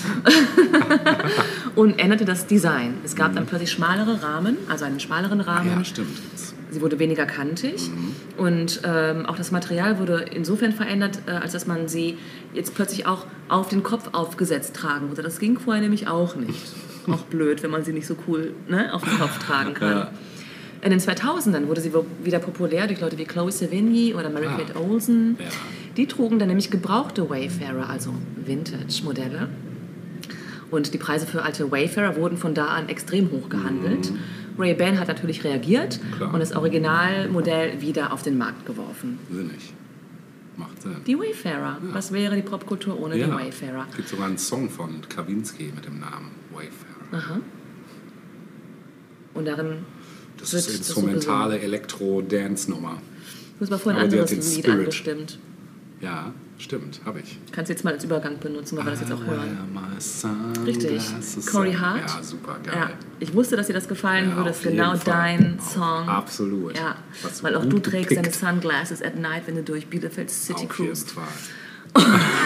Und änderte das Design. Es gab dann plötzlich schmalere Rahmen, also einen schmaleren Rahmen. Ja, stimmt. Jetzt. Sie wurde weniger kantig und ähm, auch das Material wurde insofern verändert, äh, als dass man sie jetzt plötzlich auch auf den Kopf aufgesetzt tragen musste. Das ging vorher nämlich auch nicht. Auch blöd, wenn man sie nicht so cool, ne, auf den Kopf tragen kann. Ja. In den zweitausendern wurde sie wo- wieder populär durch Leute wie Chloe Sevigny oder Mary-Kate Olsen. Ja. Die trugen dann nämlich gebrauchte Wayfarer, also Vintage-Modelle. Und die Preise für alte Wayfarer wurden von da an extrem hoch gehandelt. Ray-Ban hat natürlich reagiert Klar. und das Originalmodell wieder auf den Markt geworfen. Sinnig. Macht Sinn. Die Wayfarer. Was wäre die Popkultur ohne die ja. Wayfarer? Es gibt sogar einen Song von Kawinski mit dem Namen Wayfarer. Aha. Und darin Das wird ist das instrumentale Elektro-Dance-Nummer. Du hast mal vorhin ein Aber die anderes hat den Lied Spirit. angestimmt. Ja, stimmt, habe ich. Kannst du jetzt mal als Übergang benutzen, weil wir das jetzt auch hören. Richtig. Richtig. Corey Hart. Ja, super geil. Ja, ich wusste, dass dir das gefallen Ja, würde. Das auf ist genau jeden Fall. dein Auf- Song. absolut. Ja, Was weil auch gut du trägst gepickt. deine Sunglasses at night, wenn du durch Bielefeld City Auf jeden cruist. Fall.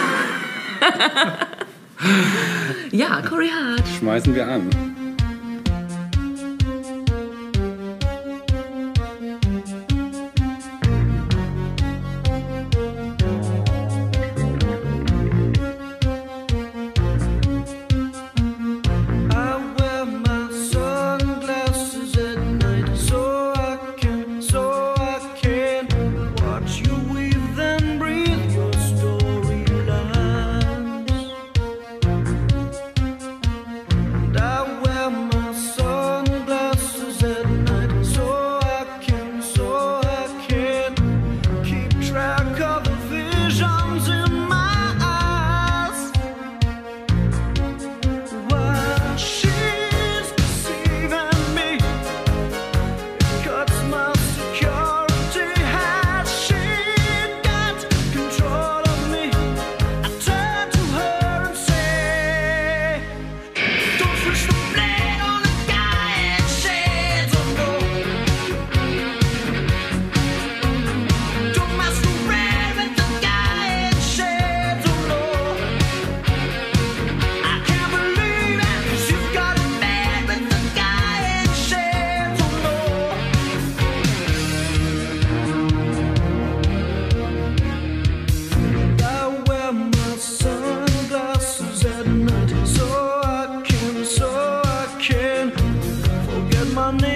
Ja, Corey Hart. Schmeißen wir an.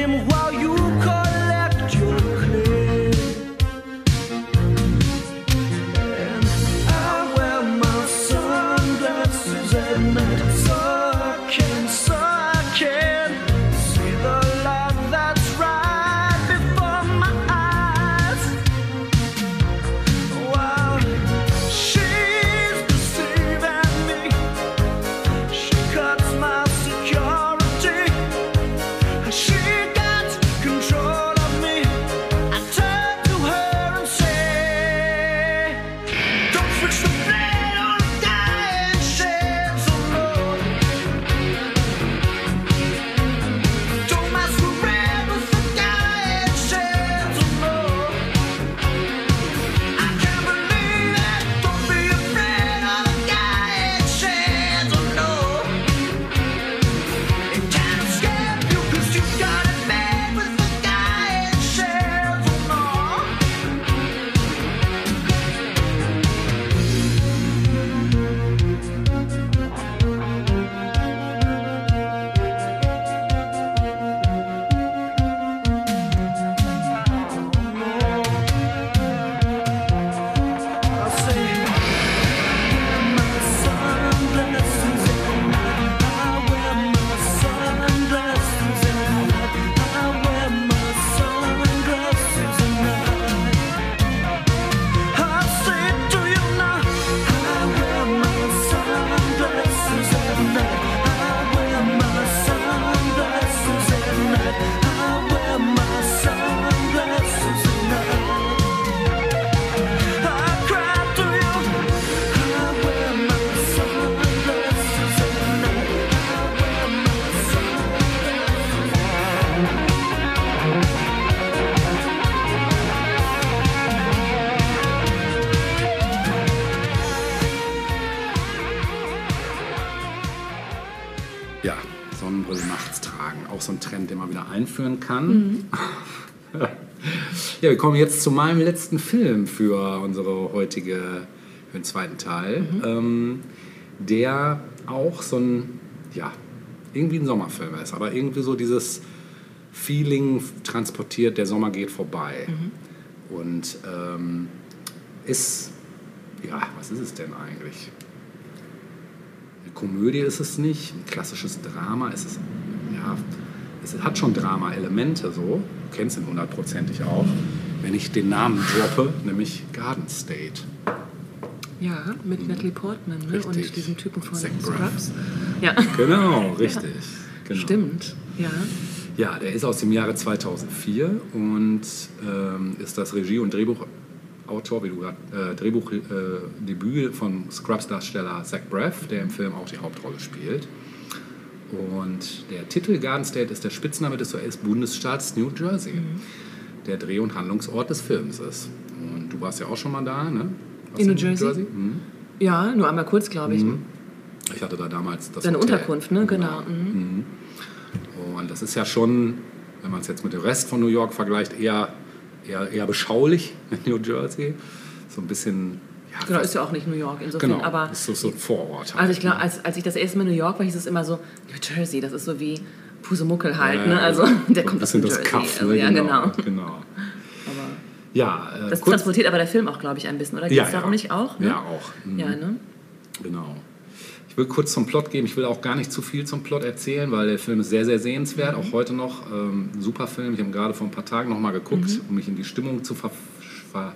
dream while you collect your clay. And I wear my sunglasses at night so I can, so I can see the light that's right before my eyes. While she's deceiving me, she cuts my security. She got control of me. I turn to her and say, don't switch the blade on a dying shades of love. Don't masquerade with the dying shades of love. I can't believe it. Don't be afraid of the dying shades of love. It can't escape you 'cause you got it made with the dying shades of love. I'll say, my sunglasses at night. I wear my sunglasses at night. I wear my sunglasses at night. I'll say it to you now. I wear my sunglasses at night. I wear my sunglasses at night. I wear my sunglasses at night. I cry to you. I wear my sunglasses at night. I wear my Ja, Sonnenbrille nachts tragen. Auch so ein Trend, den man wieder einführen kann. Ja, wir kommen jetzt zu meinem letzten Film für unsere heutige, für den zweiten Teil. Ähm, der auch so ein, ja, irgendwie ein Sommerfilm ist, aber irgendwie so dieses Feeling transportiert, der Sommer geht vorbei. Und ähm, ist, ja, was ist es denn eigentlich? Eine Komödie ist es nicht, ein klassisches Drama ist es, ja, es hat schon Drama-Elemente so, du kennst ihn hundertprozentig auch, wenn ich den Namen droppe, nämlich Garden State. Ja, mit Natalie Portman, ne? Richtig. Und diesem Typen von Zach Braff. Scrubs. Ja, Genau, richtig. Genau. stimmt. Ja. Ja, der ist aus dem Jahre zweitausendvier und ähm, ist das Regie- und Drehbuchautor, wie du gerade, äh, Drehbuchdebüt von Scrubs-Darsteller Zach Braff, der im Film auch die Hauptrolle spielt. Und der Titel Garden State ist der Spitzname des U S-Bundesstaats New Jersey, der Dreh- und Handlungsort des Films ist. Und du warst ja auch schon mal da, ne? Warst In du New Jersey? Mhm. Ja, nur einmal kurz, glaube ich. Ich hatte da damals das Deine Hotel. Unterkunft, ne? Genau. Mhm. Und das ist ja schon, wenn man es jetzt mit dem Rest von New York vergleicht, eher, eher, eher beschaulich in New Jersey. So ein bisschen, ja, Genau, fast- ist ja auch nicht New York insofern, genau, aber ist so, so ein Vorort. Halt, also ich glaube, ne? als, als ich das erste Mal in New York war, hieß es immer so, New Jersey, das ist so wie Pusemuckel halt, Ja, ne? Also der so kommt ein aus New bisschen das Jersey. Kaff, Also, ne? ja, genau. genau. Aber Ja, äh, das kurz, transportiert aber der Film auch, glaube ich, ein bisschen, oder? Geht ja, es darum ja. nicht auch? Ne? Ja, auch. Mhm. Ja, ne? Genau. Ich will kurz zum Plot geben. Ich will auch gar nicht zu viel zum Plot erzählen, weil der Film ist sehr, sehr sehenswert. Auch heute noch. Ähm, ein super Film. Ich habe ihn gerade vor ein paar Tagen noch mal geguckt, um mich in die Stimmung zu ver ver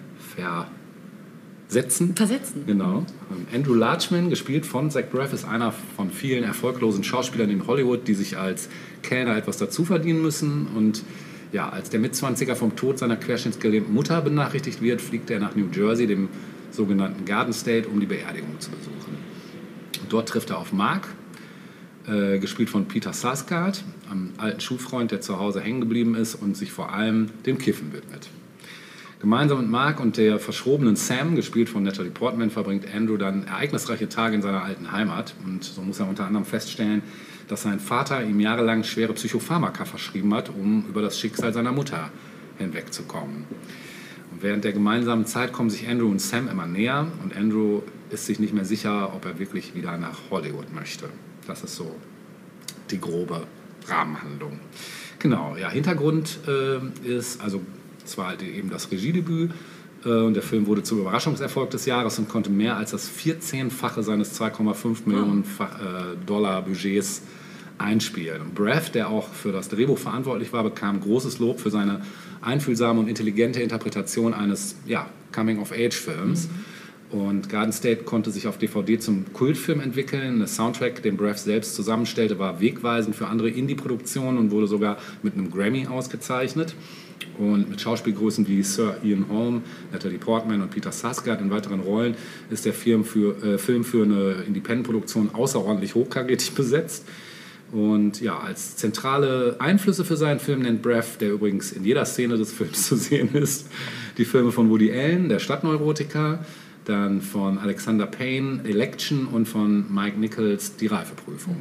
versetzen. Versetzen. Genau. Ähm, Andrew Larchman, gespielt von Zach Braff, ist einer von vielen erfolglosen Schauspielern in Hollywood, die sich als Kellner etwas dazu verdienen müssen. Und ja, als der Mitzwanziger vom Tod seiner querschnittsgelähmten Mutter benachrichtigt wird, fliegt er nach New Jersey, dem sogenannten Garden State, um die Beerdigung zu besuchen. Und dort trifft er auf Mark, äh, gespielt von Peter Sarsgaard, einem alten Schulfreund, der zu Hause hängen geblieben ist und sich vor allem dem Kiffen widmet. Gemeinsam mit Mark und der verschrobenen Sam, gespielt von Natalie Portman, verbringt Andrew dann ereignisreiche Tage in seiner alten Heimat. Und so muss er unter anderem feststellen, dass sein Vater ihm jahrelang schwere Psychopharmaka verschrieben hat, um über das Schicksal seiner Mutter hinwegzukommen. Und während der gemeinsamen Zeit kommen sich Andrew und Sam immer näher und Andrew ist sich nicht mehr sicher, ob er wirklich wieder nach Hollywood möchte. Das ist so die grobe Rahmenhandlung. Genau, ja, Hintergrund äh, ist, also es war halt eben das Regiedebüt äh, und der Film wurde zum Überraschungserfolg des Jahres und konnte mehr als das vierzehnfache seines zwei Komma fünf Millionen äh, Dollar Budgets einspielen. Und Braff, der auch für das Drehbuch verantwortlich war, bekam großes Lob für seine einfühlsame und intelligente Interpretation eines ja, Coming-of-Age-Films. Mhm. Und Garden State konnte sich auf D V D zum Kultfilm entwickeln. Der Soundtrack, den Braff selbst zusammenstellte, war wegweisend für andere Indie-Produktionen und wurde sogar mit einem Grammy ausgezeichnet. Und mit Schauspielgrößen wie Sir Ian Holm, Natalie Portman und Peter Sarsgaard in weiteren Rollen ist der Film für, äh, Film für eine Independent-Produktion außerordentlich hochkarätig besetzt. Und ja, als zentrale Einflüsse für seinen Film nennt Braff, der übrigens in jeder Szene des Films zu sehen ist, die Filme von Woody Allen, der Stadtneurotiker, dann von Alexander Payne, Election und von Mike Nichols, die Reifeprüfung.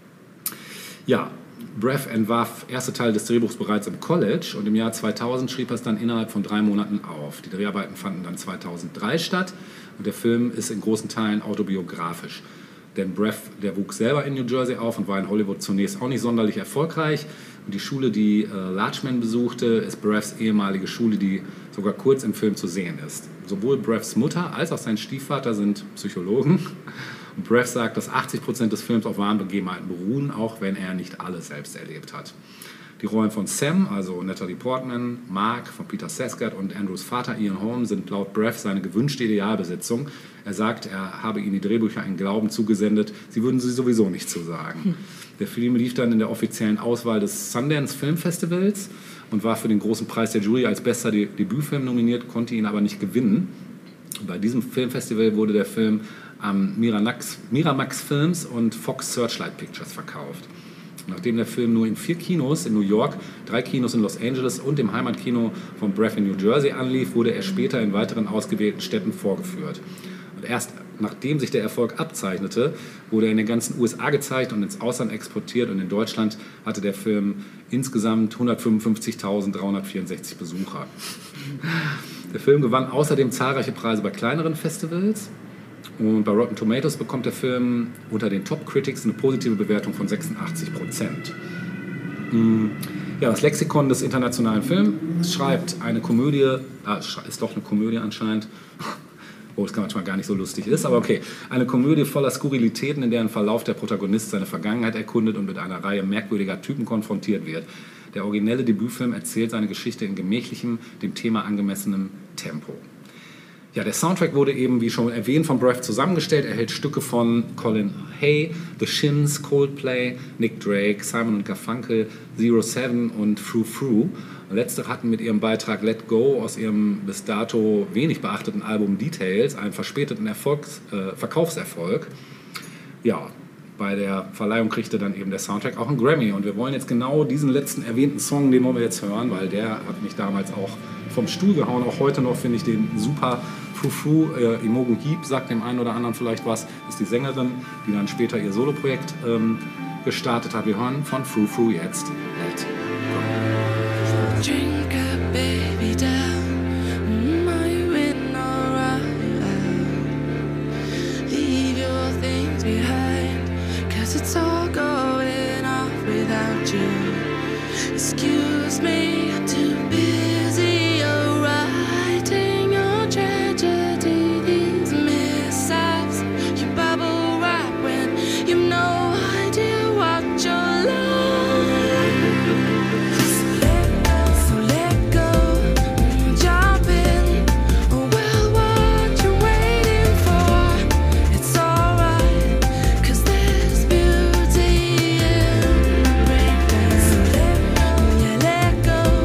Ja, Braff entwarf erste Teil des Drehbuchs bereits im College und im Jahr zweitausend schrieb er es dann innerhalb von drei Monaten auf. Die Dreharbeiten fanden dann zweitausenddrei statt und der Film ist in großen Teilen autobiografisch. Denn Braff, der wuchs selber in New Jersey auf und war in Hollywood zunächst auch nicht sonderlich erfolgreich. Und die Schule, die äh, Larchman besuchte, ist Braffs ehemalige Schule, die sogar kurz im Film zu sehen ist. Sowohl Braffs Mutter als auch sein Stiefvater sind Psychologen. Und Braff sagt, dass achtzig Prozent des Films auf wahren Begebenheiten beruhen, auch wenn er nicht alle selbst erlebt hat. Die Rollen von Sam, also Natalie Portman, Mark von Peter Sarsgaard und Andrews Vater Ian Holm sind laut Braff seine gewünschte Idealbesetzung. Er sagt, er habe ihnen die Drehbücher in Glauben zugesendet, sie würden sie sowieso nicht zusagen. Hm. Der Film lief dann in der offiziellen Auswahl des Sundance Film Festivals und war für den großen Preis der Jury als bester De- Debütfilm nominiert, konnte ihn aber nicht gewinnen. Bei diesem Filmfestival wurde der Film am Miramax, Miramax Films und Fox Searchlight Pictures verkauft. Nachdem der Film nur in vier Kinos in New York, drei Kinos in Los Angeles und dem Heimatkino von Braff in New Jersey anlief, wurde er später in weiteren ausgewählten Städten vorgeführt. Und erst nachdem sich der Erfolg abzeichnete, wurde er in den ganzen U S A gezeigt und ins Ausland exportiert. Und in Deutschland hatte der Film insgesamt hundertfünfundfünfzigtausenddreihundertvierundsechzig Besucher. Der Film gewann außerdem zahlreiche Preise bei kleineren Festivals. Und bei Rotten Tomatoes bekommt der Film unter den Top Critics eine positive Bewertung von sechsundachtzig Prozent. Ja, das Lexikon des internationalen Films schreibt eine Komödie, ah, ist doch eine Komödie anscheinend, wo es manchmal gar nicht so lustig ist, aber okay. Eine Komödie voller Skurrilitäten, in deren Verlauf der Protagonist seine Vergangenheit erkundet und mit einer Reihe merkwürdiger Typen konfrontiert wird. Der originelle Debütfilm erzählt seine Geschichte in gemächlichem, dem Thema angemessenem Tempo. Ja, der Soundtrack wurde eben, wie schon erwähnt, von Braff zusammengestellt. Er hält Stücke von Colin Hay, The Shins, Coldplay, Nick Drake, Simon und Garfunkel, Zero Seven und Frou Frou. Letztere hatten mit ihrem Beitrag Let Go aus ihrem bis dato wenig beachteten Album Details einen verspäteten Erfolgs, äh, Verkaufserfolg. Ja, bei der Verleihung kriegte dann eben der Soundtrack auch einen Grammy. Und wir wollen jetzt genau diesen letzten erwähnten Song, den wollen wir jetzt hören, weil der hat mich damals auch vom Stuhl gehauen. Auch heute noch finde ich den super. Frou Frou, äh, Imogen Heap, sagt dem einen oder anderen vielleicht was, ist die Sängerin, die dann später ihr Soloprojekt ähm, gestartet hat. Wir hören von Frou Frou jetzt Let Go. Drink a baby down. Are you in or out? Leave your things behind, 'cause it's all going off without you. Excuse me, too busy, you're writing your tragedy. These mishaps, you bubble wrap when you've no idea what you're like. So let go, jump in. Well, what you waiting for? It's alright, 'cause there's beauty in breakdown. So let, yeah, let go.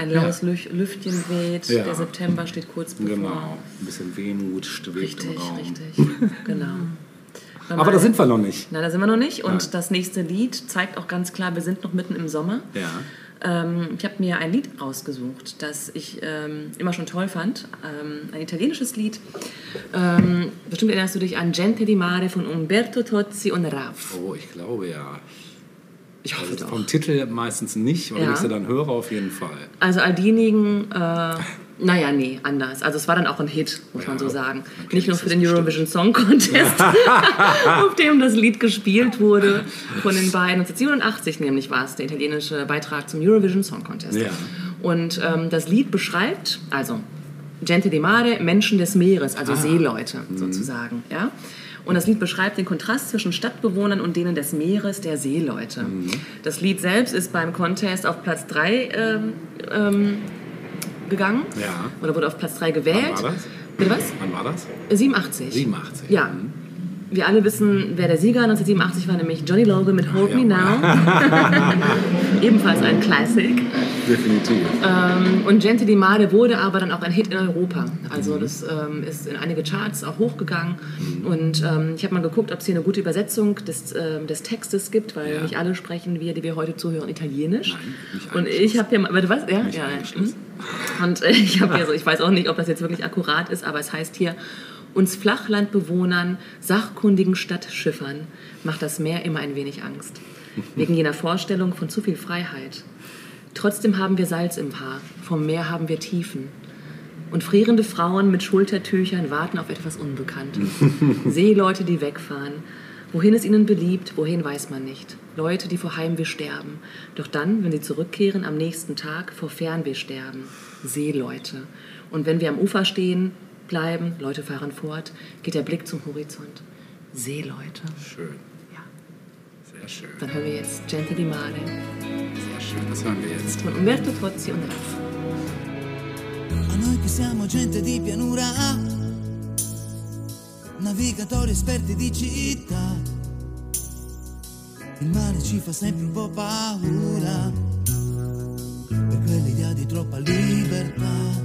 ein laues ja. Lüftchen weht, ja. der September steht kurz bevor. Genau, ein bisschen Wehmut schwebt richtig, im Raum. Richtig, genau. Aber da sind wir noch nicht. Nein, da sind wir noch nicht. Und Nein. das nächste Lied zeigt auch ganz klar, wir sind noch mitten im Sommer. Ja. Ähm, ich habe mir ein Lied rausgesucht, das ich ähm, immer schon toll fand. Ähm, ein italienisches Lied. Ähm, bestimmt erinnerst du dich an Gente di Mare von Umberto Tozzi und Raff. Oh, ich glaube ja. Ich hoffe also doch. Vom Titel meistens nicht, aber Ja. wenn ich sie dann höre, auf jeden Fall. Also all diejenigen, äh, naja, nee, anders. Also es war dann auch ein Hit, muss Ja, man so sagen. okay, Nicht nur das für ist den Eurovision Song Contest, auf dem das Lied gespielt wurde von den beiden. neunzehnhundertsiebenundachtzig nämlich war es, der italienische Beitrag zum Eurovision Song Contest. Ja. Und ähm, das Lied beschreibt, also Gente di Mare, Menschen des Meeres, also Seeleute sozusagen, ja. Und das Lied beschreibt den Kontrast zwischen Stadtbewohnern und denen des Meeres, der Seeleute. Mhm. Das Lied selbst ist beim Contest auf Platz drei ähm, ähm, gegangen. Ja. Oder wurde auf Platz drei gewählt. Wann war das? Bitte was? Wann war das? siebenundachtzig. siebenundachtzig. Ja. Mhm. Wir alle wissen, wer der Sieger neunzehnhundertsiebenundachtzig war, nämlich Johnny Logan mit Hold Ja. Me Now. Ebenfalls ein Classic. Definitiv. Ähm, und Gente di Mare wurde aber dann auch ein Hit in Europa. Also das ähm, ist in einige Charts auch hochgegangen. Mhm. Und ähm, ich habe mal geguckt, ob es hier eine gute Übersetzung des, ähm, des Textes gibt, weil Ja. nicht alle sprechen, wir, die wir heute zuhören, Italienisch. Nein, nicht und ich habe hier mal, warte, was? Ja, Nicht ja. eingeschlossen. Mhm. Und äh, ich habe hier so, ich weiß auch nicht, ob das jetzt wirklich akkurat ist, aber es heißt hier: Uns Flachlandbewohnern, sachkundigen Stadtschiffern macht das Meer immer ein wenig Angst. Wegen jener Vorstellung von zu viel Freiheit. Trotzdem haben wir Salz im Haar, vom Meer haben wir Tiefen. Und frierende Frauen mit Schultertüchern warten auf etwas Unbekanntes. Seeleute, die wegfahren. Wohin es ihnen beliebt, wohin weiß man nicht. Leute, die vor Heimweh sterben. Doch dann, wenn sie zurückkehren, am nächsten Tag vor Fernweh sterben. Seeleute. Und wenn wir am Ufer stehen, bleiben, Leute fahren fort, geht der Blick zum Horizont. Seeleute. Schön. Ja. Sehr schön. Dann hören wir jetzt Gente di Mare Sehr schön. Das hören wir jetzt. von Umberto Tozzi und Raff. A noi che siamo gente di pianura, navigatori esperti di città, il mare ci fa sempre un po' paura, per quell'idea di troppa libertà.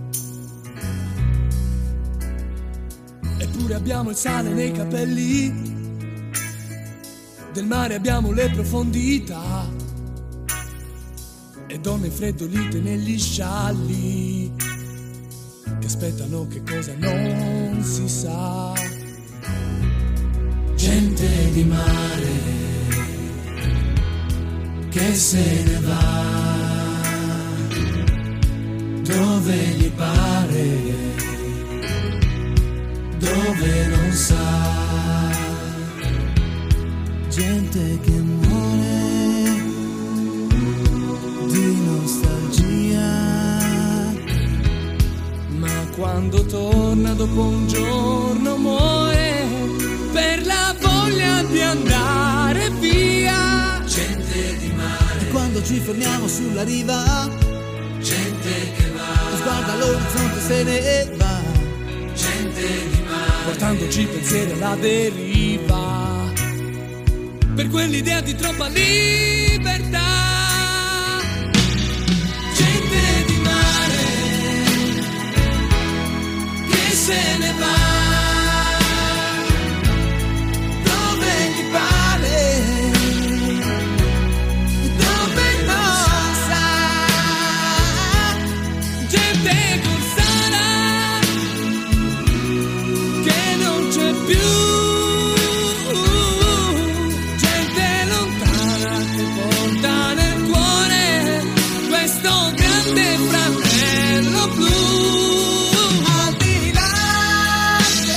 Eppure abbiamo il sale nei capelli, del mare abbiamo le profondità, e donne freddolite negli scialli, che aspettano che cosa non si sa. Gente di mare che se ne va dove gli pare, dove non sa. Gente che muore di nostalgia, Ma quando torna dopo un giorno muore per la voglia di andare via. gente di mare, e quando ci fermiamo sulla riva, Gente che va, sguarda l'orizzonte se ne va. gente di mare, portandoci pensieri alla deriva, per quell'idea di troppa libertà. Gente di mare che se ne va dove gli pare, dove non sa. Gente corsara che non c'è più, gente lontana che porta nel cuore questo grande fratello blu. Al di là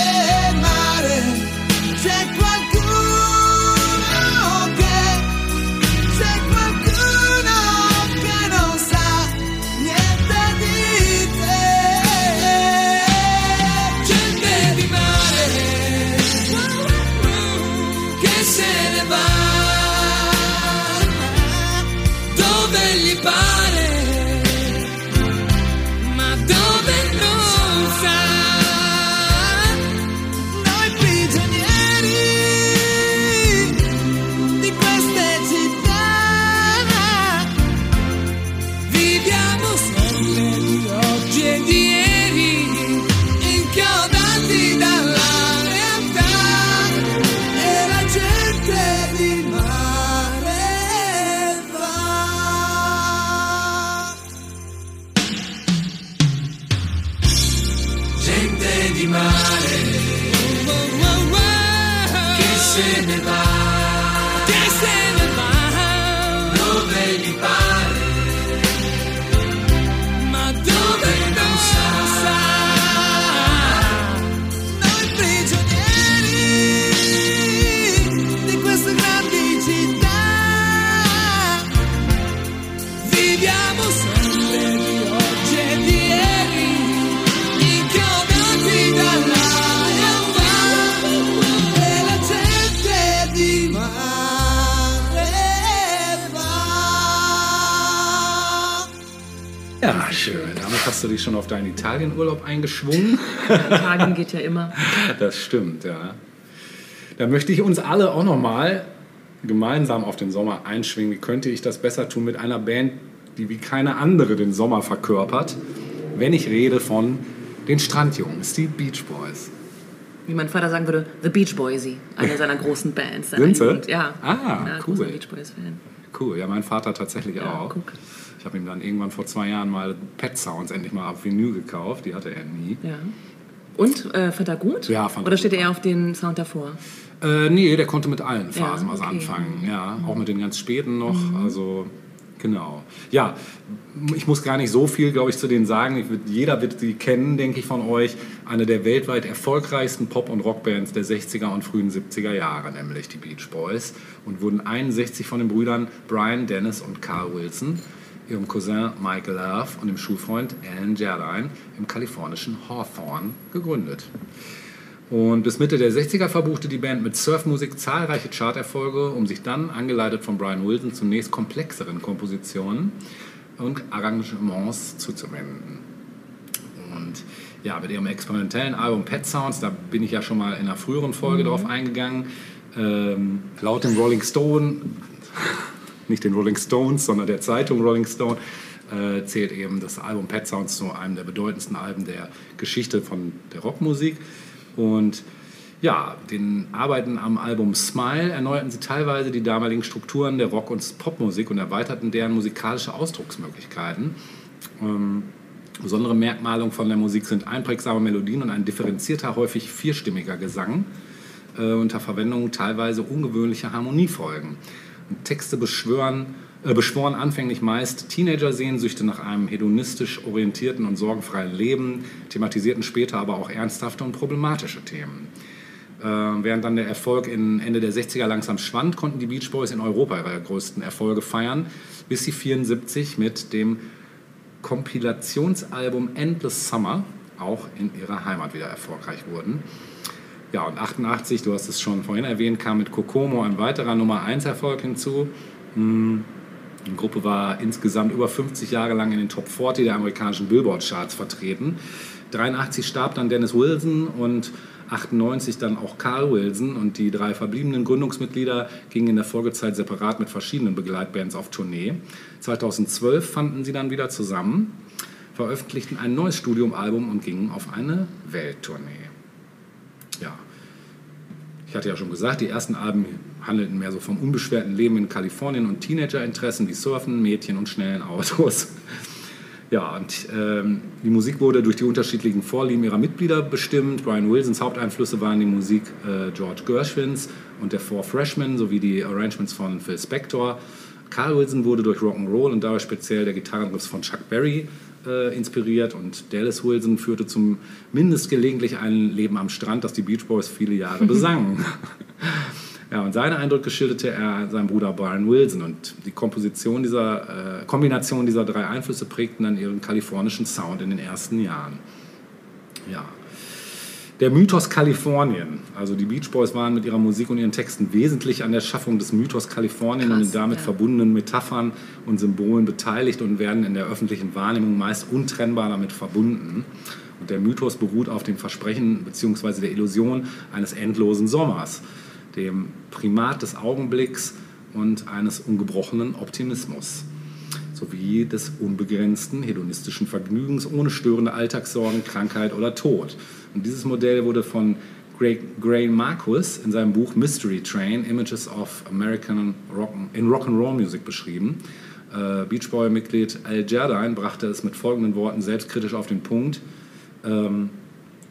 se ne va, che se ne va, dove gli pare, ma dove non sa, noi prigionieri di queste grandi città, viviamo sempre di oggi e di ieri, inchiodati dalla realtà, e la gente di mare va. Ja, schön. Damit hast du dich schon auf deinen Italienurlaub eingeschwungen. Italien geht ja immer. Das stimmt, ja. Da möchte ich uns alle auch nochmal gemeinsam auf den Sommer einschwingen. Wie könnte ich das besser tun mit einer Band, die wie keine andere den Sommer verkörpert, wenn ich rede von den Strandjungs, die Beach Boys. Wie mein Vater sagen würde, The Beach Boysy, eine seiner großen Bands. Sind sie? Und, ja. Ah, ja, cool. großer Beach Boys-Fan. Cool, ja, mein Vater tatsächlich Ja, auch. guck. Ich habe ihm dann irgendwann vor zwei Jahren mal Pet Sounds endlich mal auf Vinyl gekauft. Die hatte er nie. Ja. Und, äh, fand er gut? Ja, fand er Oder steht gut. er eher auf den Sound davor? Äh, nee, der konnte mit allen Phasen Ja, was okay. anfangen. Ja, auch mit den ganz späten noch. Also, genau. Ja, ich muss gar nicht so viel, glaube ich, zu denen sagen. Ich würd, jeder wird sie kennen, denke ich, von euch. Eine der weltweit erfolgreichsten Pop- und Rockbands der sechziger und frühen siebziger Jahre, nämlich die Beach Boys. Und wurden einundsechzig von den Brüdern Brian, Dennis und Carl Wilson, ihrem Cousin Michael Love und dem Schulfreund Alan Jardine im kalifornischen Hawthorne gegründet. Und bis Mitte der sechziger verbuchte die Band mit Surfmusik zahlreiche Charterfolge, um sich dann, angeleitet von Brian Wilson, zunächst komplexeren Kompositionen und Arrangements zuzuwenden. Und ja, mit ihrem experimentellen Album Pet Sounds, da bin ich ja schon mal in einer früheren Folge drauf eingegangen, ähm, laut dem Rolling Stone, nicht den Rolling Stones, sondern der Zeitung Rolling Stone, äh, zählt eben das Album Pet Sounds zu einem der bedeutendsten Alben der Geschichte von der Rockmusik. Und ja, den Arbeiten am Album Smile erneuerten sie teilweise die damaligen Strukturen der Rock- und Popmusik und erweiterten deren musikalische Ausdrucksmöglichkeiten. Ähm, besondere Merkmale von der Musik sind einprägsame Melodien und ein differenzierter, häufig vierstimmiger Gesang äh, unter Verwendung teilweise ungewöhnlicher Harmoniefolgen. Und Texte beschwören, äh, beschworen anfänglich meist Teenager-Sehnsüchte nach einem hedonistisch orientierten und sorgenfreien Leben, thematisierten später aber auch ernsthafte und problematische Themen. Äh, während dann der Erfolg in Ende der sechziger langsam schwand, konnten die Beach Boys in Europa ihre größten Erfolge feiern, bis sie vierundsiebzig mit dem Kompilationsalbum Endless Summer auch in ihrer Heimat wieder erfolgreich wurden. Ja, und achtundachtzig, du hast es schon vorhin erwähnt, kam mit Kokomo ein weiterer Nummer eins Erfolg hinzu. Die Gruppe war insgesamt über fünfzig Jahre lang in den Top vierzig der amerikanischen Billboard-Charts vertreten. dreiundachtzig starb dann Dennis Wilson und achtundneunzig dann auch Carl Wilson. Und die drei verbliebenen Gründungsmitglieder gingen in der Folgezeit separat mit verschiedenen Begleitbands auf Tournee. zweitausendzwölf fanden sie dann wieder zusammen, veröffentlichten ein neues Studioalbum und gingen auf eine Welttournee. Ja, ich hatte ja schon gesagt, die ersten Alben handelten mehr so vom unbeschwerten Leben in Kalifornien und Teenagerinteressen wie Surfen, Mädchen und schnellen Autos. Ja, und ähm, die Musik wurde durch die unterschiedlichen Vorlieben ihrer Mitglieder bestimmt. Brian Wilsons Haupteinflüsse waren die Musik äh, George Gershwins und der Four Freshmen sowie die Arrangements von Phil Spector. Carl Wilson wurde durch Rock'n'Roll und dabei speziell der Gitarrenriffs von Chuck Berry äh, inspiriert, und Dallas Wilson führte zumindest gelegentlich ein Leben am Strand, das die Beach Boys viele Jahre besangen. Ja, und seine Eindrücke schilderte er seinem Bruder Brian Wilson, und die Komposition dieser, äh, Kombination dieser drei Einflüsse prägten dann ihren kalifornischen Sound in den ersten Jahren. Ja. Der Mythos Kalifornien. Also die Beach Boys waren mit ihrer Musik und ihren Texten wesentlich an der Schaffung des Mythos Kalifornien Krass, und den damit ja. verbundenen Metaphern und Symbolen beteiligt und werden in der öffentlichen Wahrnehmung meist untrennbar damit verbunden. Und der Mythos beruht auf dem Versprechen bzw. der Illusion eines endlosen Sommers, dem Primat des Augenblicks und eines ungebrochenen Optimismus, sowie des unbegrenzten hedonistischen Vergnügens ohne störende Alltagssorgen, Krankheit oder Tod. Und dieses Modell wurde von Gray Marcus in seinem Buch Mystery Train, Images of American Rock in Rock'n'Roll Music beschrieben. Äh, Beach Boy-Mitglied Al Jardine brachte es mit folgenden Worten selbstkritisch auf den Punkt. Ähm,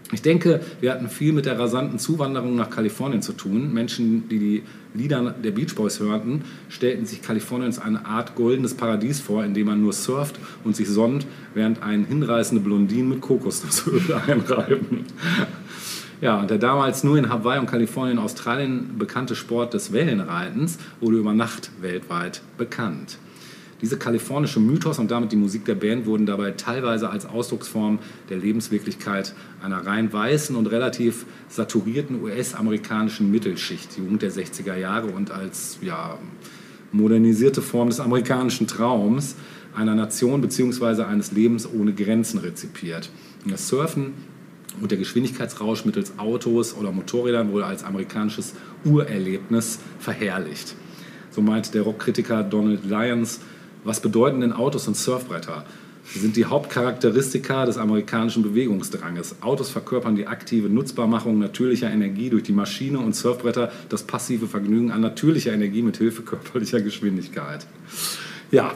Ich denke, wir hatten viel mit der rasanten Zuwanderung nach Kalifornien zu tun. Menschen, die die Lieder der Beach Boys hörten, stellten sich Kalifornien als eine Art goldenes Paradies vor, in dem man nur surft und sich sonnt, während einen hinreißende Blondinen mit Kokosnussöl einreiben. Ja, und der damals nur in Hawaii und Kalifornien und Australien bekannte Sport des Wellenreitens wurde über Nacht weltweit bekannt. Diese kalifornische Mythos und damit die Musik der Band wurden dabei teilweise als Ausdrucksform der Lebenswirklichkeit einer rein weißen und relativ saturierten U S-amerikanischen Mittelschicht, Jugend der sechziger Jahre, und als ja, modernisierte Form des amerikanischen Traums einer Nation bzw. eines Lebens ohne Grenzen rezipiert. Und das Surfen und der Geschwindigkeitsrausch mittels Autos oder Motorrädern wurde als amerikanisches Urerlebnis verherrlicht. So meint der Rockkritiker Donald Lyons: Was bedeuten denn Autos und Surfbretter? Sie sind die Hauptcharakteristika des amerikanischen Bewegungsdranges. Autos verkörpern die aktive Nutzbarmachung natürlicher Energie durch die Maschine und Surfbretter das passive Vergnügen an natürlicher Energie mit Hilfe körperlicher Geschwindigkeit. Ja,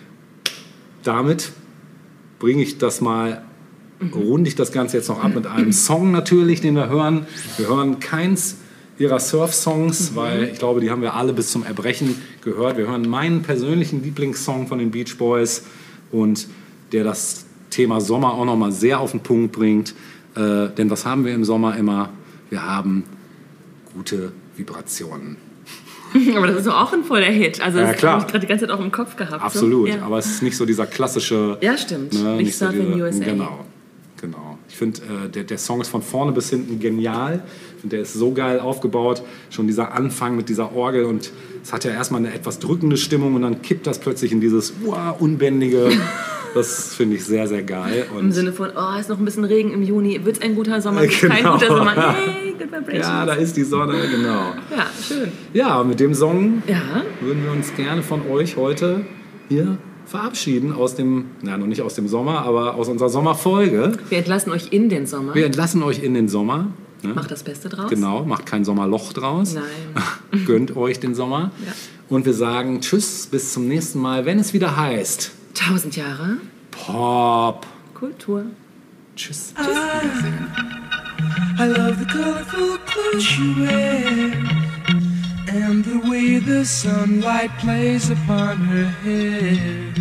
damit bringe ich das mal, runde ich das Ganze jetzt noch ab mit einem Song natürlich, den wir hören. Wir hören keins ihrer Surf-Songs, mhm. weil ich glaube, die haben wir alle bis zum Erbrechen gehört. Wir hören meinen persönlichen Lieblingssong von den Beach Boys und der das Thema Sommer auch nochmal sehr auf den Punkt bringt. Äh, denn was haben wir im Sommer immer? Wir haben gute Vibrationen. Aber das ist doch auch ein voller Hit. Also das ja, habe ich gerade die ganze Zeit auch im Kopf gehabt. Absolut, so. Ja. Aber es ist nicht so dieser klassische... Ja, stimmt. Ne, nicht nicht so Surfing diese, U S A. Genau. Genau. Ich finde, äh, der, der Song ist von vorne bis hinten genial. Ich finde, der ist so geil aufgebaut. Schon dieser Anfang mit dieser Orgel. Und es hat ja erstmal eine etwas drückende Stimmung und dann kippt das plötzlich in dieses uah, Unbändige. Das finde ich sehr, sehr geil. Und im Sinne von, oh, ist noch ein bisschen Regen im Juni. Wird es ein guter Sommer? Wird es genau. kein guter Sommer? Hey, good vibrations. Ja, da ist die Sonne, genau. Ja, schön. Ja, mit dem Song ja. würden wir uns gerne von euch heute hier verabschieden aus dem, na noch nicht aus dem Sommer, aber aus unserer Sommerfolge. Wir entlassen euch in den Sommer. Wir entlassen euch in den Sommer. Ne? Macht das Beste draus. Genau, macht kein Sommerloch draus. Nein. Gönnt euch den Sommer. Ja. Und wir sagen Tschüss, bis zum nächsten Mal, wenn es wieder heißt Tausend Jahre Pop Kultur. Tschüss. I, I love the colorful clothes you wear and the way the sunlight plays upon her hair.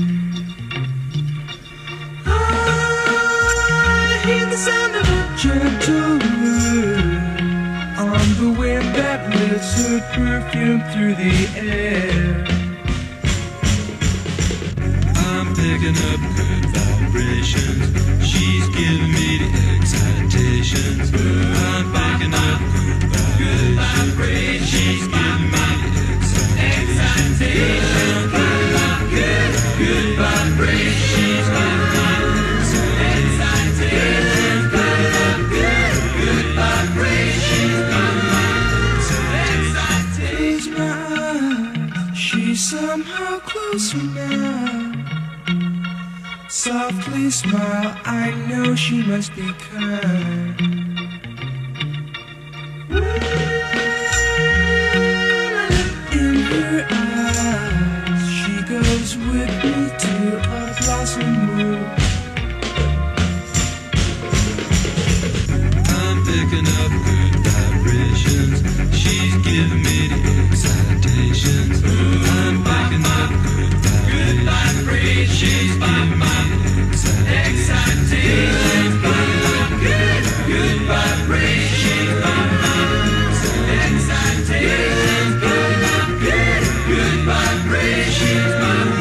I hear the sound of a gentle word on the wind that lifts her perfume through the air. I'm picking up good vibrations. She's giving me the excitations. I'm picking up good vibrations. She's giving me the excitations. Good, good, good vibrations. She's giving me the excitations. Good, good, good vibrations. Close my eyes. She's somehow closer now. Softly smile, I know she must be kind. In her eyes, she goes with me to a blossom room. I'm picking up good vibrations. She's giving me the excitations. I'm picking up good vibrations. She's giving me excitations, good, good vibrations, excitations, good, good vibrations,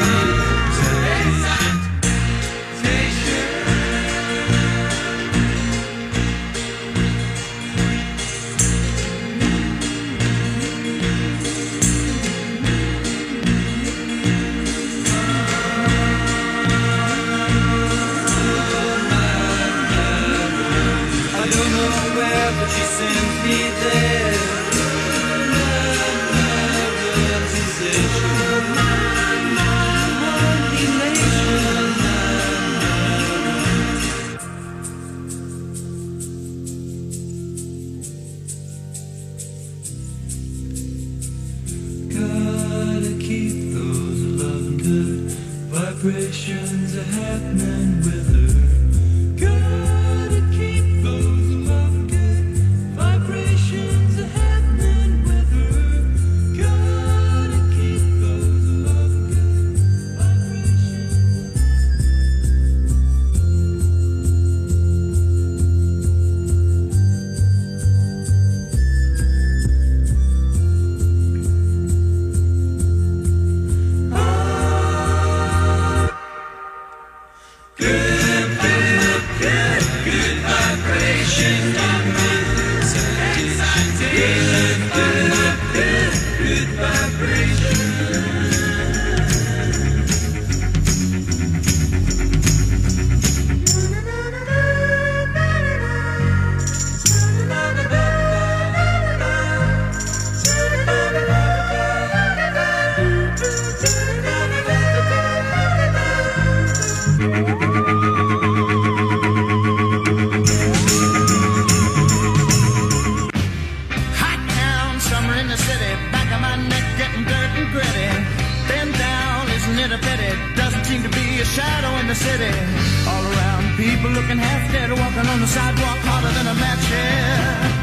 she sends me there. Gotta keep those loving good vibrations happening with her. Gotta keep those love in the city, back of my neck getting dirt and gritty. Bend down, isn't it a pity? Doesn't seem to be a shadow in the city. All around, people looking half dead, walking on the sidewalk harder than a match here.